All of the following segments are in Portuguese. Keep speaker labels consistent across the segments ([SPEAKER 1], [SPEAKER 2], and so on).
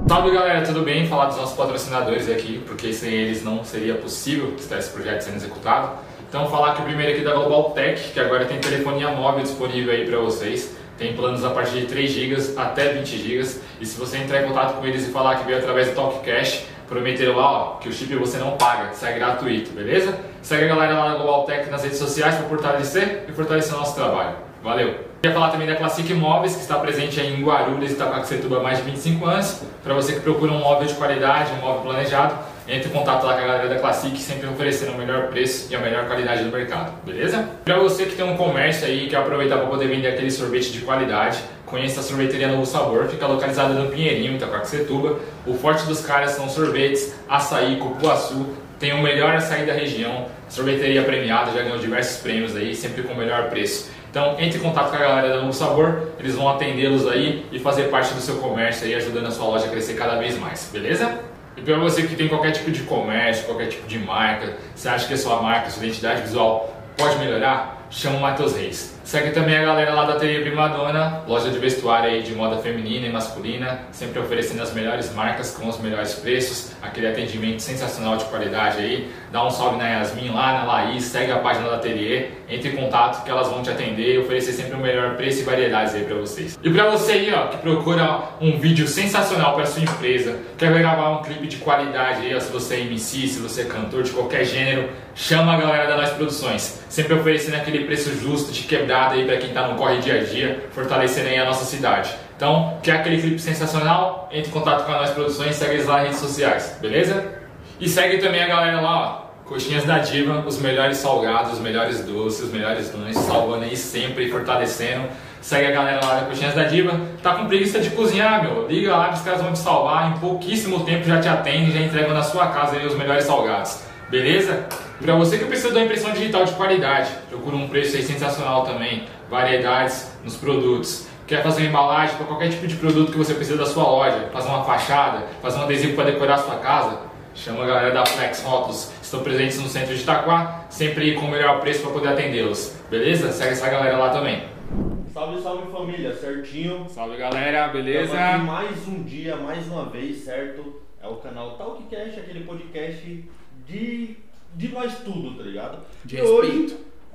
[SPEAKER 1] Salve galera, tudo bem? Falar dos nossos patrocinadores aqui, porque sem eles não seria possível estar esse projeto sendo executado. Então falar que o primeiro aqui da Global Tech, que agora tem telefonia móvel disponível aí para vocês. Tem planos a partir de 3 GB até 20 GB. E se você entrar em contato com eles e falar que veio através do Talk Cash, prometeram lá ó, que o chip você não paga, sai gratuito, beleza? Segue a galera lá da Global Tech nas redes sociais para fortalecer e fortalecer o nosso trabalho. Valeu! Queria falar também da Classic Móveis, que está presente aí em Guarulhos e Itacoaxetuba há mais de 25 anos. Para você que procura um móvel de qualidade, um móvel planejado, entre em contato lá com a galera da Classic, sempre oferecendo o melhor preço e a melhor qualidade do mercado, beleza? Para você que tem um comércio aí e quer aproveitar para poder vender aquele sorvete de qualidade, conheça a sorveteria Novo Sabor, fica localizada no Pinheirinho, Itacoaxetuba. O forte dos caras são sorvetes, açaí, cupuaçu, tem o melhor açaí da região, sorveteria premiada, já ganhou diversos prêmios aí, sempre com o melhor preço. Então entre em contato com a galera da Novo Sabor, eles vão atendê-los aí e fazer parte do seu comércio aí, ajudando a sua loja a crescer cada vez mais, beleza? E para você que tem qualquer tipo de comércio, qualquer tipo de marca, você acha que a sua marca, sua identidade visual pode melhorar? Chama o Matheus Reis. Segue também a galera lá da Ateliê Primadonna, loja de vestuário aí de moda feminina e masculina, sempre oferecendo as melhores marcas com os melhores preços, aquele atendimento sensacional de qualidade aí. Dá um salve na Yasmin lá, na Laís, segue a página da Ateliê, entre em contato que elas vão te atender e oferecer sempre o melhor preço e variedades aí pra vocês. E pra você aí ó, que procura um vídeo sensacional pra sua empresa, quer gravar um clipe de qualidade aí, ó, se você é MC, se você é cantor de qualquer gênero, chama a galera da Nós Produções, sempre oferecendo aquele preço justo de quebrada aí para quem está no corre dia a dia, fortalecendo aí a nossa cidade. Então, quer aquele clipe sensacional? Entre em contato com a Nós Produções, segue eles lá nas redes sociais, beleza? E segue também a galera lá, ó, Coxinhas da Diva, os melhores salgados, os melhores doces, os melhores lanches, salvando aí sempre e fortalecendo. Segue a galera lá da Coxinhas da Diva. Tá com preguiça de cozinhar, meu? Liga lá que os caras vão te salvar, em pouquíssimo tempo já te atendem, já entregam na sua casa aí os melhores salgados. Beleza? Para você que precisa de uma impressão digital de qualidade, procura um preço aí sensacional também, variedades nos produtos. Quer fazer uma embalagem para qualquer tipo de produto que você precisa da sua loja, fazer uma fachada, fazer um adesivo para decorar a sua casa? Chama a galera da Flex Rótulos, estão presentes no centro de Itaquá, sempre com o melhor preço para poder atendê-los. Beleza? Segue essa galera lá também.
[SPEAKER 2] Salve, salve família, certinho?
[SPEAKER 1] Salve galera, beleza?
[SPEAKER 2] Estamos aqui mais um dia, mais uma vez, certo? É o canal Talkcast, aquele podcast de nós tudo, tá ligado?
[SPEAKER 1] De respeito.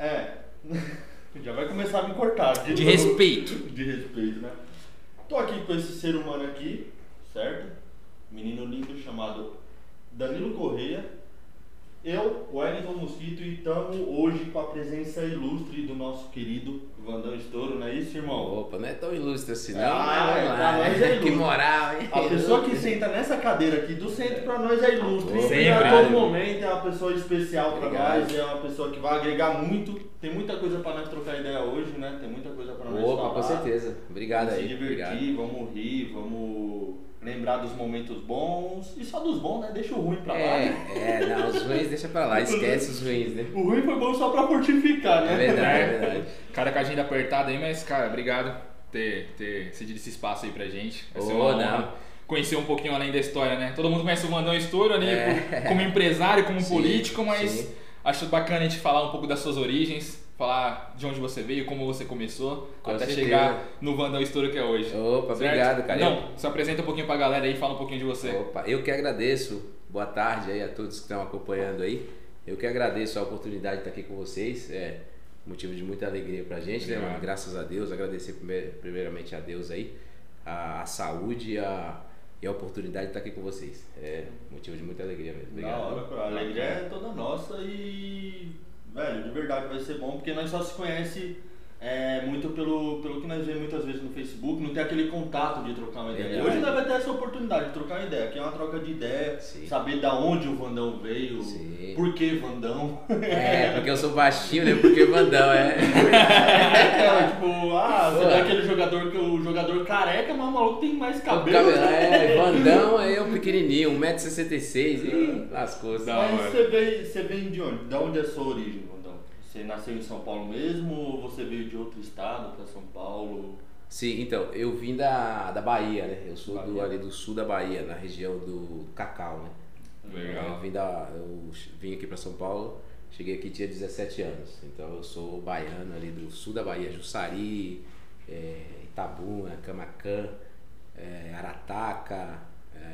[SPEAKER 2] Já vai começar a me cortar.
[SPEAKER 1] De respeito.
[SPEAKER 2] De respeito, né? Tô aqui com esse ser humano aqui, certo? Menino lindo chamado Danilo Correia. Eu, Wellington Mosquito, e estamos hoje com a presença ilustre do nosso querido Vandão Estouro, não é isso, irmão?
[SPEAKER 3] Opa, não é tão ilustre assim, não.
[SPEAKER 2] Pra nós é ilustre.
[SPEAKER 3] Que moral, hein?
[SPEAKER 2] A pessoa que senta nessa cadeira aqui do centro, pra nós é ilustre.
[SPEAKER 1] Sempre.
[SPEAKER 2] A todo momento é uma pessoa especial pra
[SPEAKER 3] Obrigado.
[SPEAKER 2] nós, é uma pessoa que vai agregar muito. Tem muita coisa pra nós trocar ideia hoje, né? Tem muita coisa pra nós
[SPEAKER 3] Opa,
[SPEAKER 2] falar.
[SPEAKER 3] com certeza. Obrigado
[SPEAKER 2] Vamos
[SPEAKER 3] aí.
[SPEAKER 2] se divertir,
[SPEAKER 3] Obrigado.
[SPEAKER 2] vamos rir, vamos lembrar dos momentos bons. E só dos bons, né? Deixa o ruim pra lá. Né?
[SPEAKER 3] Não, os ruins deixa pra lá, esquece os ruins, né?
[SPEAKER 2] O ruim foi bom só pra fortificar, né?
[SPEAKER 3] É verdade, é verdade.
[SPEAKER 1] Cara com a agenda apertada aí, mas cara, obrigado por ter cedido esse espaço aí pra gente. Vai ser
[SPEAKER 3] Oh,
[SPEAKER 1] uma
[SPEAKER 3] não.
[SPEAKER 1] honra conhecer um pouquinho além da história, né? Todo mundo conhece o Vandão Estouro ali como empresário, como
[SPEAKER 3] Sim,
[SPEAKER 1] político, mas
[SPEAKER 3] sim.
[SPEAKER 1] acho bacana a gente falar um pouco das suas origens, falar de onde você veio, como você começou,
[SPEAKER 3] Com
[SPEAKER 1] até
[SPEAKER 3] certeza.
[SPEAKER 1] chegar no Vandão Estouro que é hoje.
[SPEAKER 3] Opa,
[SPEAKER 1] Certo?
[SPEAKER 3] obrigado, cara.
[SPEAKER 1] Não, se apresenta um pouquinho pra galera aí, fala um pouquinho de você.
[SPEAKER 3] Opa, eu que agradeço. Boa tarde aí a todos que estão acompanhando aí. Eu que agradeço a oportunidade de estar aqui com vocês. É motivo de muita alegria pra gente, né?
[SPEAKER 1] Obrigado.
[SPEAKER 3] Graças a Deus. Agradecer primeiramente a Deus aí, a saúde e a oportunidade de estar aqui com vocês. É motivo de muita alegria mesmo.
[SPEAKER 2] Da
[SPEAKER 3] Obrigado.
[SPEAKER 2] hora, a alegria é toda nossa e, velho, de verdade vai ser bom, porque nós só se conhece muito pelo que nós vemos muitas vezes no Facebook, não tem aquele contato de trocar uma ideia.
[SPEAKER 3] Verdade.
[SPEAKER 2] Hoje nós vai ter essa oportunidade de trocar uma ideia, que é uma troca de ideia,
[SPEAKER 3] Sim.
[SPEAKER 2] saber da onde o Vandão veio,
[SPEAKER 3] Sim.
[SPEAKER 2] por que Vandão.
[SPEAKER 3] Porque eu sou baixinho, né? Porque Vandão
[SPEAKER 2] Tipo, você é aquele jogador que o jogador careca, mas o maluco tem mais cabelo.
[SPEAKER 3] Vandão é eu pequenininho, 1,66m e lascou-se.
[SPEAKER 1] Da
[SPEAKER 2] Mas
[SPEAKER 1] hora.
[SPEAKER 2] você vem de onde? Da onde é a sua origem, Vandão? Você nasceu em São Paulo mesmo ou você veio de outro estado para São Paulo?
[SPEAKER 3] Sim, então, eu vim da Bahia, né? Eu sou
[SPEAKER 2] Bahia.
[SPEAKER 3] ali do sul da Bahia, na região do Cacau, né?
[SPEAKER 1] Legal.
[SPEAKER 3] Eu vim aqui para São Paulo, cheguei aqui tinha 17 anos. Então eu sou baiano ali do sul da Bahia, Jussari, Itabuna, Camaquã, Arataca,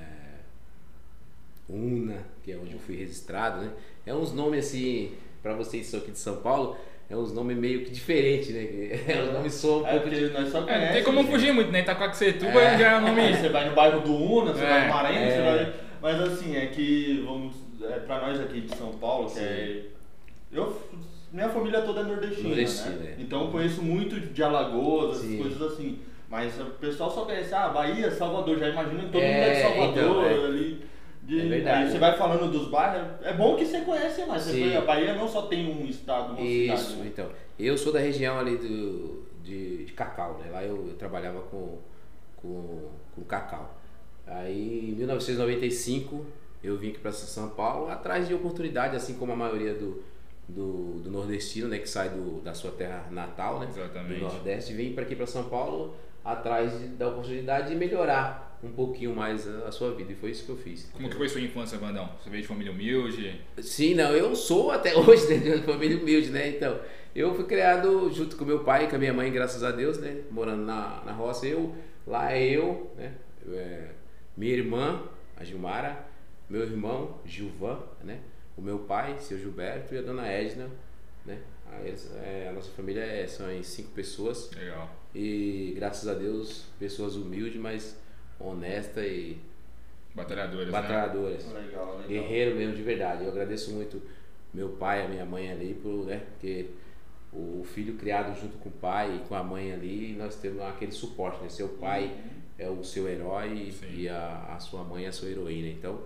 [SPEAKER 3] Una, que é onde eu fui registrado, né? É uns nomes assim, para vocês que são aqui de São Paulo, é uns nomes meio que diferentes, né? É uns nomes são um pouco
[SPEAKER 2] porque nós só
[SPEAKER 1] Não
[SPEAKER 2] conhecemos,
[SPEAKER 1] tem como
[SPEAKER 2] gente.
[SPEAKER 1] fugir muito, né? Itacoaxetuba já é o nome.
[SPEAKER 2] Aí você vai no bairro do Una, você vai no Maranhão, você
[SPEAKER 3] É.
[SPEAKER 2] vai... Mas assim, é que, pra nós aqui de São Paulo, que é... Minha família toda é nordestina, né? Então eu conheço muito de Alagoas, essas coisas assim. Mas o pessoal só conhece, Bahia, Salvador, já imagina que todo mundo é de Salvador,
[SPEAKER 3] então,
[SPEAKER 2] ali.
[SPEAKER 3] É verdade.
[SPEAKER 2] Aí você vai falando dos bairros, é bom que você conhece mais. A Bahia não só tem um estado, uma cidade.
[SPEAKER 3] Isso,
[SPEAKER 2] Né?
[SPEAKER 3] então. Eu sou da região ali de Cacau, né? Lá eu trabalhava com cacau. Aí em 1995 eu vim aqui para São Paulo atrás de oportunidade, assim como a maioria do nordestino, né? Que sai da sua terra natal, né?
[SPEAKER 1] Exatamente.
[SPEAKER 3] Do Nordeste, vem para aqui para São Paulo atrás da oportunidade de melhorar um pouquinho mais a sua vida. E foi isso que eu fiz.
[SPEAKER 1] Como que foi sua infância, Vandão? Você veio de família humilde?
[SPEAKER 3] Sim, não, eu sou até hoje de uma família humilde, né? Então, eu fui criado junto com meu pai e com a minha mãe, graças a Deus, né? Morando na roça. Lá é eu, né? Minha irmã, a Gilmara, meu irmão, Gilvan, né? O meu pai, seu Gilberto, e a dona Edna, né? A nossa família são em 5 pessoas.
[SPEAKER 1] Legal.
[SPEAKER 3] E graças a Deus, pessoas humildes, mas honestas e
[SPEAKER 1] Batalhadoras,
[SPEAKER 3] batalhadoras.
[SPEAKER 2] Legal, legal.
[SPEAKER 3] Guerreiro mesmo, de verdade. Eu agradeço muito meu pai, a minha mãe ali, porque o filho criado junto com o pai e com a mãe ali, nós temos aquele suporte, né? Seu pai é o seu herói e a sua mãe é a sua heroína. Então,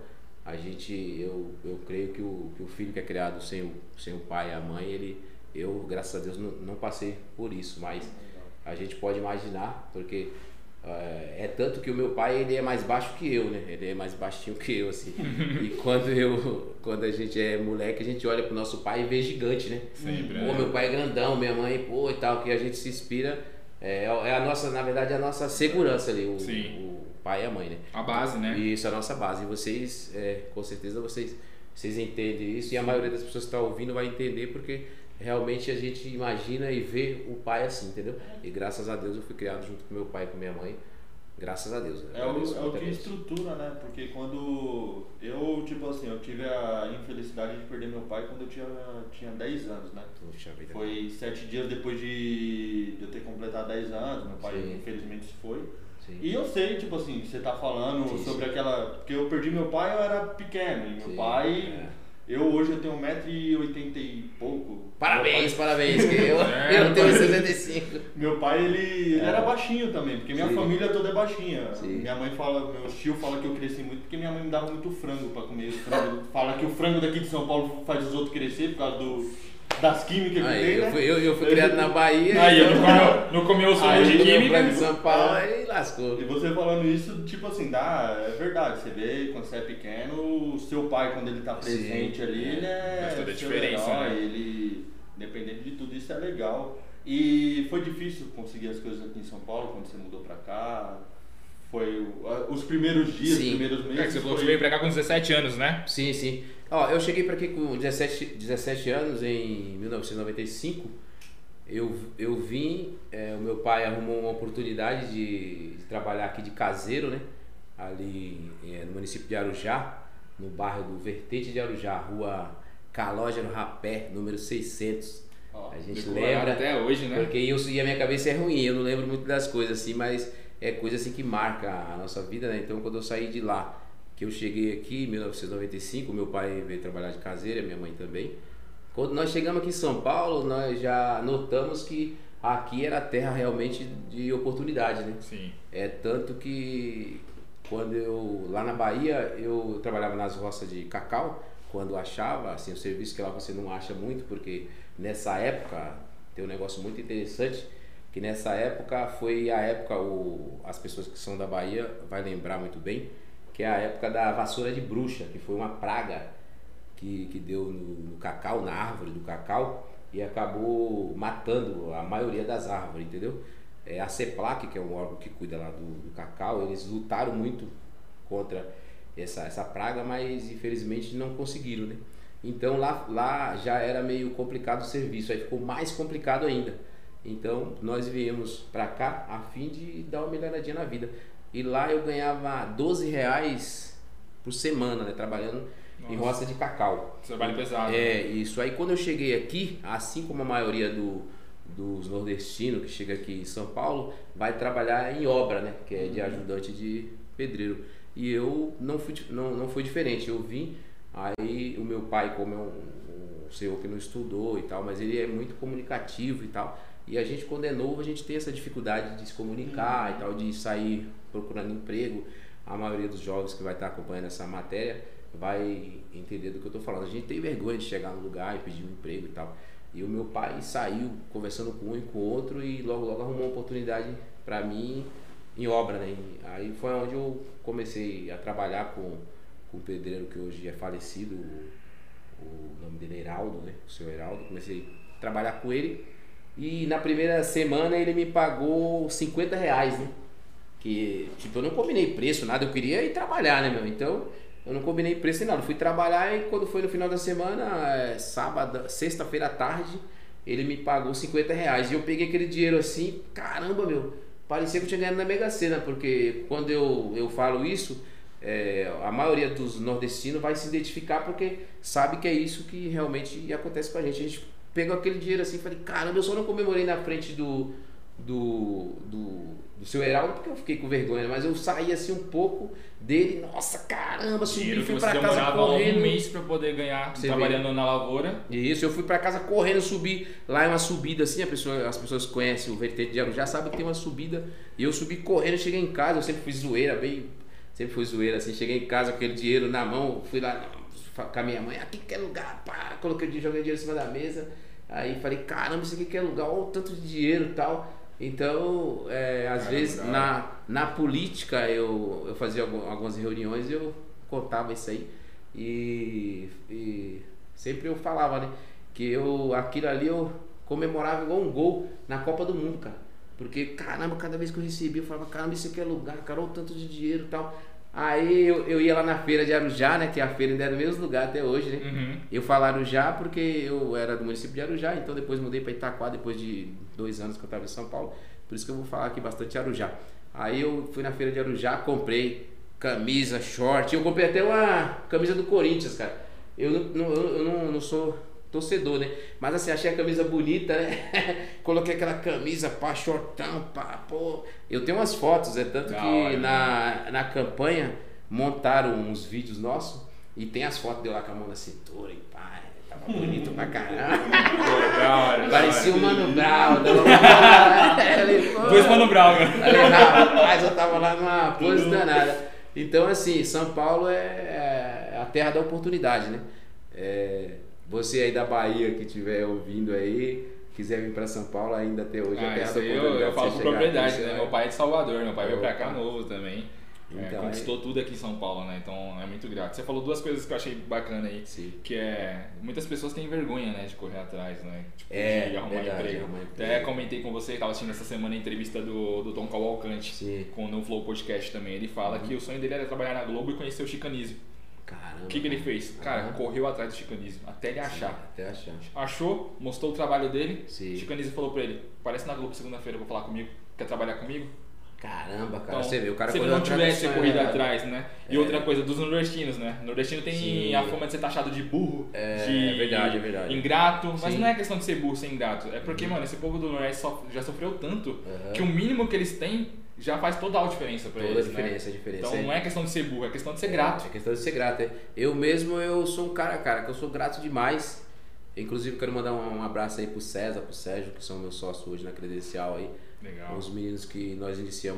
[SPEAKER 3] eu creio que o filho que é criado sem o pai e a mãe, eu, graças a Deus, não passei por isso, mas a gente pode imaginar, porque é tanto que o meu pai, ele é mais baixo que eu, né? Ele é mais baixinho que eu, assim. E quando a gente é moleque, a gente olha pro nosso pai e vê gigante, né?
[SPEAKER 1] Sempre,
[SPEAKER 3] Pô, meu pai é grandão, minha mãe, pô, e tal, que a gente se inspira. Na verdade, a nossa segurança ali, o pai e a mãe, né?
[SPEAKER 1] A base, né?
[SPEAKER 3] Isso, a nossa base. E vocês, com certeza, vocês entendem isso. E a maioria das pessoas que está ouvindo vai entender, porque realmente a gente imagina e vê o pai assim, entendeu? E graças a Deus eu fui criado junto com meu pai e com minha mãe. Graças a Deus. Né?
[SPEAKER 2] É o que estrutura, né? Porque quando eu tive a infelicidade de perder meu pai quando eu tinha 10 anos, né?
[SPEAKER 3] Puxa vida.
[SPEAKER 2] Foi 7 dias depois de eu ter completado 10 anos, meu pai infelizmente se foi.
[SPEAKER 3] Sim.
[SPEAKER 2] E eu sei, tipo assim, você tá falando sobre aquela... Porque eu perdi meu pai, eu era pequeno, e meu pai... Hoje eu tenho 1,80m e pouco.
[SPEAKER 3] Parabéns, que eu tenho 65.
[SPEAKER 2] Meu pai, ele era baixinho também, porque minha família toda é baixinha.
[SPEAKER 3] Sim.
[SPEAKER 2] Minha mãe fala, meu tio fala que eu cresci muito porque minha mãe me dava muito frango pra comer. Fala que o frango daqui de São Paulo faz os outros crescer por causa das químicas que tem, né?
[SPEAKER 3] Eu fui criado na Bahia.
[SPEAKER 1] Aí, não comeu o sumo de química.
[SPEAKER 3] Em São Paulo e lascou.
[SPEAKER 2] E você falando isso, tipo assim, é verdade. Você vê, quando você é pequeno, o seu pai, quando ele tá presente ali, ele
[SPEAKER 1] faz toda a
[SPEAKER 2] seu
[SPEAKER 1] diferença,
[SPEAKER 2] herói,
[SPEAKER 1] né?
[SPEAKER 2] ele, independente de tudo isso, é legal. E foi difícil conseguir as coisas aqui em São Paulo, quando você mudou pra cá? Foi os primeiros dias, os primeiros meses?
[SPEAKER 1] Você falou que você veio pra cá com 17 anos, né?
[SPEAKER 3] Sim. Ó, eu cheguei pra aqui com 17 anos, em 1995. Eu vim, o meu pai arrumou uma oportunidade de trabalhar aqui de caseiro, né? Ali no município de Arujá, no bairro do Vertente de Arujá, rua Calógero Rapé, número 600. A gente lembra
[SPEAKER 1] até hoje, né?
[SPEAKER 3] Porque e a minha cabeça é ruim, eu não lembro muito das coisas assim, mas é coisa assim que marca a nossa vida, né? Então quando eu saí de lá, que eu cheguei aqui em 1995, meu pai veio trabalhar de caseira, minha mãe também. Quando nós chegamos aqui em São Paulo, nós já notamos que aqui era terra realmente de oportunidade, né?
[SPEAKER 1] Sim.
[SPEAKER 3] É tanto que quando lá na Bahia, eu trabalhava nas roças de cacau, quando achava, assim, o serviço que lá você não acha muito, porque nessa época, tem um negócio muito interessante, que nessa época foi a época, as pessoas que são da Bahia vai lembrar muito bem, que é a época da vassoura de bruxa, que foi uma praga que deu no cacau, na árvore do cacau, e acabou matando a maioria das árvores, entendeu? A CEPLAC, que é um órgão que cuida lá do cacau, eles lutaram muito contra essa praga, mas infelizmente não conseguiram, né? Então lá já era meio complicado o serviço, aí ficou mais complicado ainda. Então nós viemos pra cá a fim de dar uma melhoradinha na vida. E lá eu ganhava R$12 por semana, né? Trabalhando em roça de cacau.
[SPEAKER 1] Trabalho pesado.
[SPEAKER 3] Isso. Aí quando eu cheguei aqui, assim como a maioria dos nordestinos que chega aqui em São Paulo, vai trabalhar em obra, né? Que é de ajudante de pedreiro. E eu não fui diferente. Eu vim, aí o meu pai, como é um senhor que não estudou e tal, mas ele é muito comunicativo e tal. E a gente, quando é novo, a gente tem essa dificuldade de se comunicar e tal, de sair procurando emprego. A maioria dos jovens que vai estar acompanhando essa matéria vai entender do que eu estou falando. A gente tem vergonha de chegar no lugar e pedir um emprego e tal. E o meu pai saiu conversando com um e com o outro e logo arrumou uma oportunidade para mim em obra, né? Aí foi onde eu comecei a trabalhar com um pedreiro que hoje é falecido, o nome dele é Heraldo, né? O seu Heraldo. Comecei a trabalhar com ele e na primeira semana ele me pagou R$50, né? Que, tipo, eu não combinei preço, nada, eu queria ir trabalhar, né, meu? Então, eu não combinei preço nem nada, eu fui trabalhar e quando foi no final da semana, sexta-feira à tarde, ele me pagou R$50 e eu peguei aquele dinheiro assim, caramba, meu, parecia que eu tinha ganhado na Mega Sena, porque quando eu falo isso, a maioria dos nordestinos vai se identificar porque sabe que é isso que realmente acontece com a gente pegou aquele dinheiro assim e falei, caramba, eu só não comemorei na frente do seu Heraldo porque eu fiquei com vergonha, mas eu saí assim um pouco dele, nossa, caramba, subi, fui pra casa correndo.
[SPEAKER 1] Um mês pra poder ganhar trabalhando na lavoura.
[SPEAKER 3] Isso, eu fui pra casa correndo, subi, lá é uma subida assim, as pessoas conhecem o vertente de Arujá, sabem que tem uma subida, e eu subi correndo, cheguei em casa, eu sempre fui zoeira assim, cheguei em casa com aquele dinheiro na mão, fui lá com a minha mãe, aqui que é lugar, pá, joguei dinheiro em cima da mesa, aí falei, caramba, isso aqui que é lugar, olha o tanto de dinheiro e tal. Então, às vezes na política eu fazia algumas reuniões e eu contava isso aí e sempre eu falava, né, que aquilo ali eu comemorava igual um gol na Copa do Mundo, cara, porque caramba, cada vez que eu recebia eu falava, caramba, isso aqui é lugar, cara, olha o tanto de dinheiro e tal. Aí eu ia lá na feira de Arujá, né, que a feira ainda é no mesmo lugar até hoje, né? Uhum. Eu falo Arujá porque eu era do município de Arujá, então depois mudei para Itaquá depois de 2 anos que eu estava em São Paulo, por isso que eu vou falar aqui bastante Arujá. Aí eu fui na feira de Arujá, comprei camisa, short, eu comprei até uma camisa do Corinthians, cara. Eu não sou torcedor, né? Mas assim, achei a camisa bonita, né? Coloquei aquela camisa, pá, shortão, pá, pô. Eu tenho umas fotos, tanto que na campanha montaram uns vídeos nossos e tem as fotos de eu lá com a mão na cintura e pá, tava bonito pra caramba. Parecia o Mano Brown.
[SPEAKER 1] Dois Mano Brown, né?
[SPEAKER 3] Mas eu tava lá numa pose danada. Então, assim, São Paulo é a terra da oportunidade, né? Você aí da Bahia que estiver ouvindo aí, quiser vir para São Paulo, ainda até hoje é terra da oportunidade.
[SPEAKER 1] Eu falo com propriedade, né? Meu pai é de Salvador, meu pai veio para cá novo também.
[SPEAKER 3] Então,
[SPEAKER 1] conquistou tudo aqui em São Paulo, né? Então é muito grato. Você falou 2 coisas que eu achei bacana aí.
[SPEAKER 3] Sim.
[SPEAKER 1] Que muitas pessoas têm vergonha, né, de correr atrás, né? Tipo, de arrumar emprego. Até comentei com você, estava assistindo essa semana a entrevista do Tom Cavalcante com o No Flow Podcast também. Ele fala que o sonho dele era trabalhar na Globo e conhecer o Chicanísio.
[SPEAKER 3] Caramba.
[SPEAKER 1] O que ele fez? Cara, correu atrás do Chicanísio até ele achar.
[SPEAKER 3] Até achar.
[SPEAKER 1] Achou, mostrou o trabalho dele.
[SPEAKER 3] Sim.
[SPEAKER 1] O Chicanísio falou pra ele: aparece na Globo segunda-feira pra falar comigo. Quer trabalhar comigo?
[SPEAKER 3] Caramba, cara,
[SPEAKER 1] então,
[SPEAKER 3] você vê, o cara
[SPEAKER 1] se ele não tivesse corrido atrás, né? E outra coisa, dos nordestinos, né? O nordestino tem a fama de ser taxado de burro, de
[SPEAKER 3] verdade.
[SPEAKER 1] ingrato, mas não é questão de ser burro, ser ingrato. É porque, mano, esse povo do Nordeste já sofreu tanto que o mínimo que eles têm já faz toda a diferença pra eles,
[SPEAKER 3] né?
[SPEAKER 1] Então não é questão de ser burro, é questão de ser grato.
[SPEAKER 3] É questão de ser grato. Eu mesmo, eu sou um cara, que eu sou grato demais. Inclusive, quero mandar um abraço aí pro César, pro Sérgio, que são meus sócios hoje na Credencial aí.
[SPEAKER 1] Legal.
[SPEAKER 3] Os meninos que nós iniciamos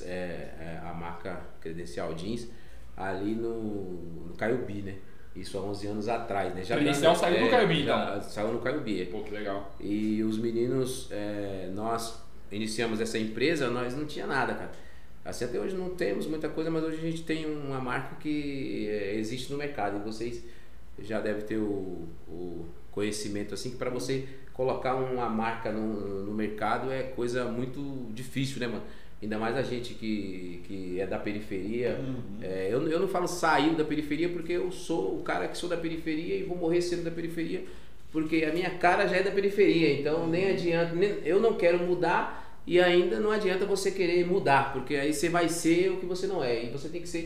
[SPEAKER 3] a marca Credencial Jeans ali no Caiubi, né? Isso há 11 anos atrás, né?
[SPEAKER 1] Credencial saiu no Caiubi, então?
[SPEAKER 3] Saiu no Caiubi.
[SPEAKER 1] Pô, que legal.
[SPEAKER 3] E os meninos, nós iniciamos essa empresa, nós não tinha nada, cara. Assim, até hoje não temos muita coisa, mas hoje a gente tem uma marca que existe no mercado. E vocês já devem ter o conhecimento, assim, que para você colocar uma marca no mercado é coisa muito difícil, né, mano? Ainda mais a gente que é da periferia. Eu não falo sair da periferia porque eu sou o cara que sou da periferia e vou morrer sendo da periferia porque a minha cara já é da periferia. Então nem adianta, eu não quero mudar e ainda não adianta você querer mudar, porque aí você vai ser o que você não é. E você tem que ser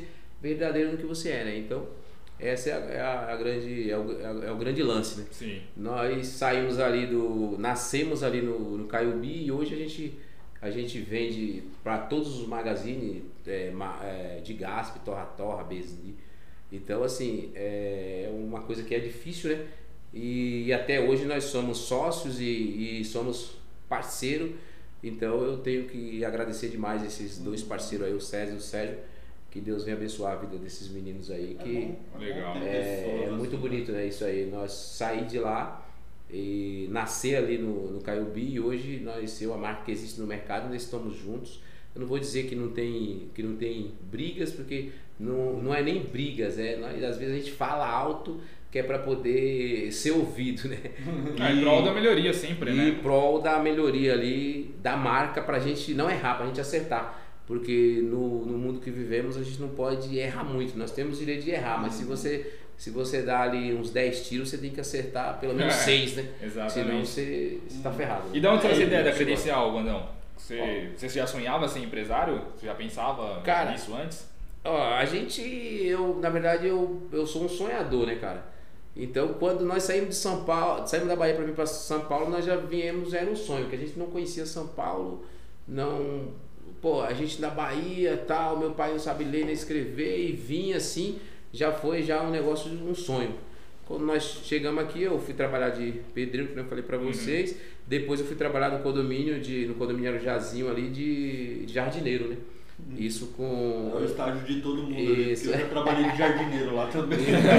[SPEAKER 3] verdadeiro no que você é, né? Então, essa é o grande lance, né?
[SPEAKER 1] Sim.
[SPEAKER 3] Nós saímos ali nascemos ali no Caiubi e hoje a gente vende para todos os magazines de Gasp, Torra, Besni. Então, assim, é uma coisa que é difícil, né? E até hoje nós somos sócios e somos parceiros. Então, eu tenho que agradecer demais esses dois parceiros aí, o César e o Sérgio. Que Deus venha abençoar a vida desses meninos aí.
[SPEAKER 1] Legal.
[SPEAKER 3] É muito bonito, né? Isso aí. Nós sair de lá e nascer ali no Caiubi e hoje nós ser uma marca que existe no mercado, nós estamos juntos. Eu não vou dizer que não tem brigas, porque não é nem brigas, às vezes a gente fala alto que é para poder ser ouvido, né?
[SPEAKER 1] Em prol da melhoria sempre, né?
[SPEAKER 3] Em prol da melhoria ali, da marca, pra gente não errar, pra gente acertar. Porque no mundo que vivemos a gente não pode errar muito, nós temos o direito de errar, mas se você dá ali uns 10 tiros, você tem que acertar pelo menos 6, né?
[SPEAKER 1] Exatamente.
[SPEAKER 3] Senão você está ferrado. Né?
[SPEAKER 1] E de onde trouxe a ideia da credencial, Vandão? Você já sonhava ser empresário? Você já pensava nisso antes?
[SPEAKER 3] Na verdade, eu sou um sonhador, né, cara? Então, quando nós saímos de São Paulo, saímos da Bahia para vir para São Paulo, nós já viemos, era um sonho, que a gente não conhecia São Paulo, a gente da Bahia, tal, meu pai não sabe ler nem escrever e vinha assim, já foi um negócio, um sonho. Quando nós chegamos aqui, eu fui trabalhar de pedreiro, como eu falei para vocês, depois eu fui trabalhar no condomínio era o Jazinho ali de jardineiro, né? Isso com...
[SPEAKER 2] É o estágio de todo mundo ali, porque eu já trabalhei de jardineiro lá também.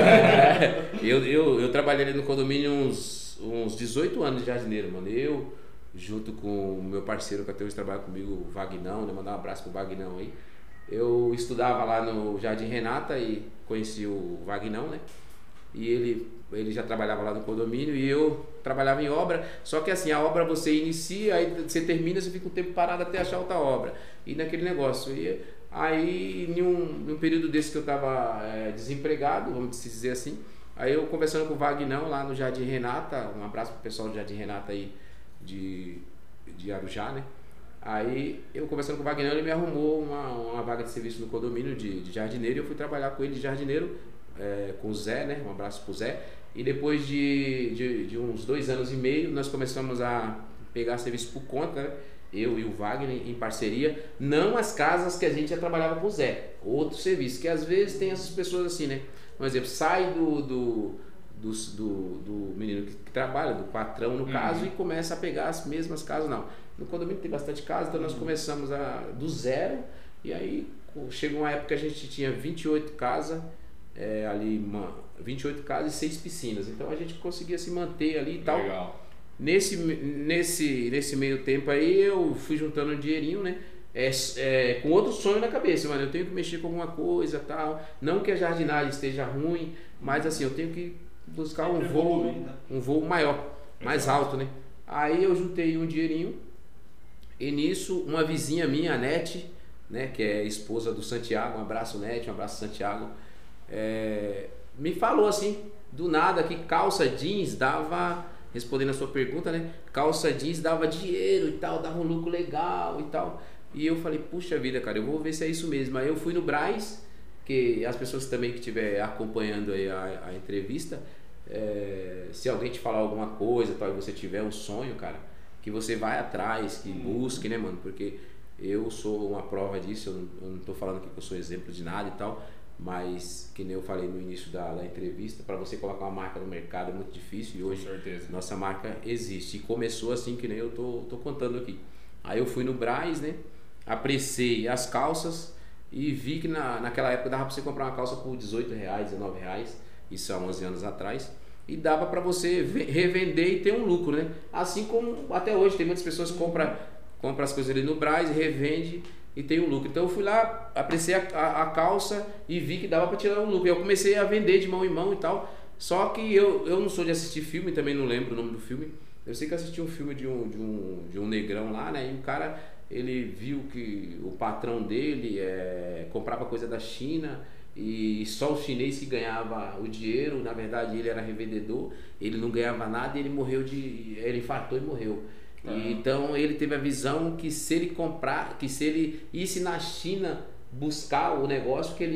[SPEAKER 3] Eu trabalhei ali no condomínio uns 18 anos de jardineiro, mano. Eu, junto com o meu parceiro que até hoje trabalha comigo, o Vagnão, né? Mandar um abraço pro Vagnão aí. Eu estudava lá no Jardim Renata e conheci o Vagnão, né? E ele já trabalhava lá no condomínio e eu trabalhava em obra, só que assim, a obra você inicia, aí você termina, você fica um tempo parado até achar outra obra, e naquele negócio, e aí em um período desse que eu estava desempregado, vamos dizer assim, aí eu conversando com o Vagnão lá no Jardim Renata, um abraço pro pessoal do Jardim Renata aí de Arujá, né? Aí eu conversando com o Vagnão, ele me arrumou uma vaga de serviço no condomínio de jardineiro, e eu fui trabalhar com ele de jardineiro, com o Zé, né? Um abraço pro Zé. E depois de uns 2 anos e meio, nós começamos a pegar serviço por conta, né? Eu e o Wagner em parceria. Não as casas que a gente já trabalhava com o Zé, outro serviço, que às vezes tem essas pessoas assim, né? Por exemplo, sai do menino que trabalha, do patrão no caso, e começa a pegar as mesmas casas. Não, no condomínio tem bastante casa, então nós começamos do zero, e aí chegou uma época que a gente tinha 28 casas, 28 casas e 6 piscinas, então a gente conseguia se manter ali e tal.
[SPEAKER 1] Legal.
[SPEAKER 3] Nesse meio tempo aí eu fui juntando um dinheirinho, né? Com outro sonho na cabeça, mano, eu tenho que mexer com alguma coisa, tal, não que a jardinagem esteja ruim, mas assim, eu tenho que buscar um voo maior, mais alto, né? Aí eu juntei um dinheirinho e nisso uma vizinha minha, a Nete, né, que é esposa do Santiago, um abraço Nete, um abraço Santiago, me falou assim, do nada, que calça jeans dava, respondendo a sua pergunta, né, calça jeans dava dinheiro e tal, dava um lucro legal e tal, e eu falei, puxa vida, cara, eu vou ver se é isso mesmo. Aí eu fui no Brás, que as pessoas também que estiver acompanhando aí a entrevista, se alguém te falar alguma coisa, tal, e você tiver um sonho, cara, que você vai atrás, que busque, né, mano, porque eu sou uma prova disso, eu não tô falando aqui que eu sou exemplo de nada e tal, mas que nem eu falei no início da entrevista, para você colocar uma marca no mercado é muito difícil, e hoje nossa marca existe, e começou assim que nem eu tô contando aqui. Aí eu fui no Brás, né, apreciei as calças e vi que naquela época dava para você comprar uma calça por R$18, R$19, isso há 11 anos atrás, e dava para você revender e ter um lucro, né? Assim como até hoje tem muitas pessoas que compram as coisas ali no Brás, revende e tem um lucro. Então eu fui lá, apreciei a calça e vi que dava para tirar um lucro. Eu comecei a vender de mão em mão e tal. Só que eu não sou de assistir filme, também não lembro o nome do filme. Eu sei que assisti um filme de um negrão lá, né? E o cara, ele viu que o patrão dele comprava coisa da China e só o chinês que ganhava o dinheiro. Na verdade ele era revendedor, ele não ganhava nada e ele infartou e morreu. Então ele teve a visão que se ele isse na China buscar o negócio, que ele ia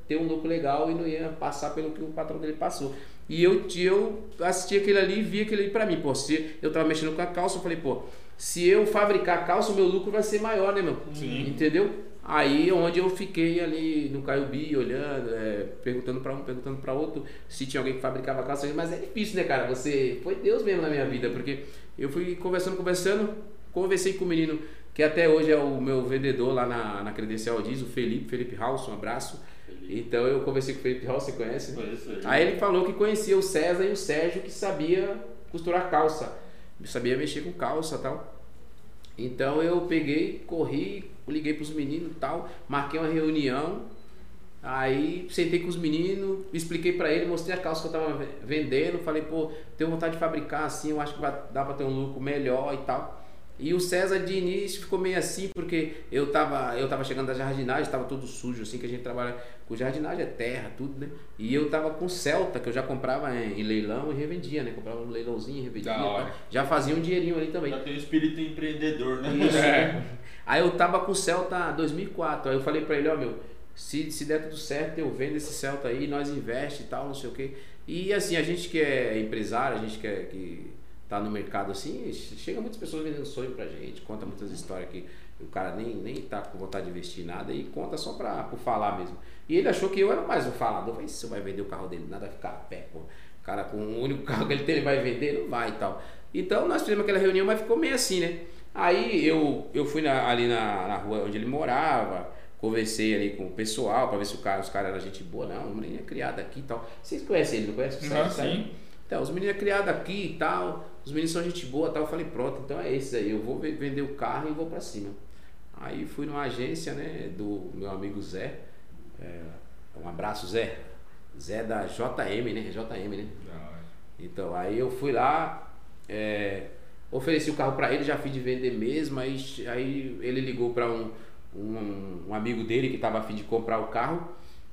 [SPEAKER 3] ter um lucro legal e não ia passar pelo que o patrão dele passou. E eu assisti aquele ali e vi aquele ali pra mim, pô, se eu tava mexendo com a calça, eu falei, pô, se eu fabricar a calça, o meu lucro vai ser maior, né, meu?
[SPEAKER 1] Sim.
[SPEAKER 3] Entendeu? Aí onde eu fiquei ali no Caiubi, olhando, perguntando pra um, perguntando pra outro se tinha alguém que fabricava calça, mas é difícil, né, cara? Foi Deus mesmo na minha vida, porque eu fui conversando, conversei com o menino que até hoje é o meu vendedor lá na Credencial Diz, o Felipe House, um abraço. Então eu conversei com o Felipe House, você conhece?
[SPEAKER 2] Conheço ele.
[SPEAKER 3] Aí ele falou que conhecia o César e o Sérgio que sabia costurar calça, sabia mexer com calça e tal. Então eu peguei, corri, liguei pros meninos e tal, marquei uma reunião, aí sentei com os meninos, expliquei pra ele, mostrei a calça que eu tava vendendo, falei, pô, tenho vontade de fabricar assim, eu acho que vai dar pra ter um lucro melhor e tal. E o César de início ficou meio assim, porque eu tava chegando da jardinagem, tava todo sujo, assim, que a gente trabalha com jardinagem, é terra, tudo, né? E eu tava com Celta, que eu já comprava em leilão e revendia, né? Comprava no leilãozinho e revendia. Tá? Já fazia um dinheirinho ali também.
[SPEAKER 2] Já tem o espírito empreendedor, né?
[SPEAKER 3] Isso. Aí eu tava com o Celta 2004, aí eu falei pra ele, ó, meu, se der tudo certo, eu vendo esse Celta aí, nós investe e tal, não sei o quê. E assim, a gente que é empresário, a gente que tá no mercado assim, chega muitas pessoas vendendo sonho pra gente, conta muitas histórias que o cara nem tá com vontade de investir em nada e conta só por falar mesmo. E ele achou que eu era mais um falador, vai, se vai vender o carro dele, nada vai ficar a pé, pô. O cara com o único carro que ele tem, ele vai vender, não vai e tal. Então nós fizemos aquela reunião, mas ficou meio assim, né? Aí eu fui ali na rua onde ele morava, conversei ali com o pessoal pra ver se os caras eram gente boa, não, o menino é criado aqui e tal. Vocês conhecem ele, não conhecem?
[SPEAKER 1] Sim.
[SPEAKER 3] Então, os meninos é criado aqui e tal, os meninos são gente boa e tal. Eu falei, pronto, então é esse aí, eu vou vender o carro e vou pra cima. Aí fui numa agência, né, do meu amigo Zé, um abraço Zé da JM, né, JM, né. Então, aí eu fui lá, ofereci o carro pra ele, já fui de vender mesmo, aí ele ligou pra um amigo dele que tava a fim de comprar o carro,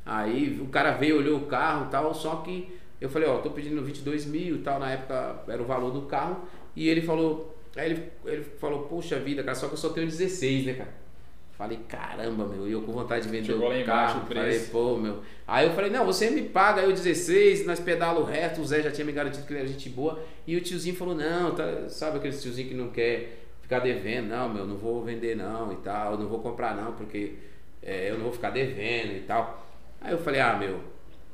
[SPEAKER 3] aí o cara veio, olhou o carro e tal, só que eu falei, ó, tô pedindo 22 mil e tal, na época era o valor do carro, e ele falou, ele falou, poxa vida, cara, só que eu só tenho 16, né, cara? Falei, caramba, meu, e eu com vontade de vender
[SPEAKER 1] Chegou
[SPEAKER 3] o carro,
[SPEAKER 1] o
[SPEAKER 3] falei, pô, meu. Aí eu falei, não, você me paga aí o 16, nós pedala o resto, o Zé já tinha me garantido que ele era gente boa, e o tiozinho falou, não, tá, sabe aquele tiozinho que não quer ficar devendo, não, meu, não vou vender não e tal, não vou comprar não, porque eu não vou ficar devendo e tal. Aí eu falei, ah, meu,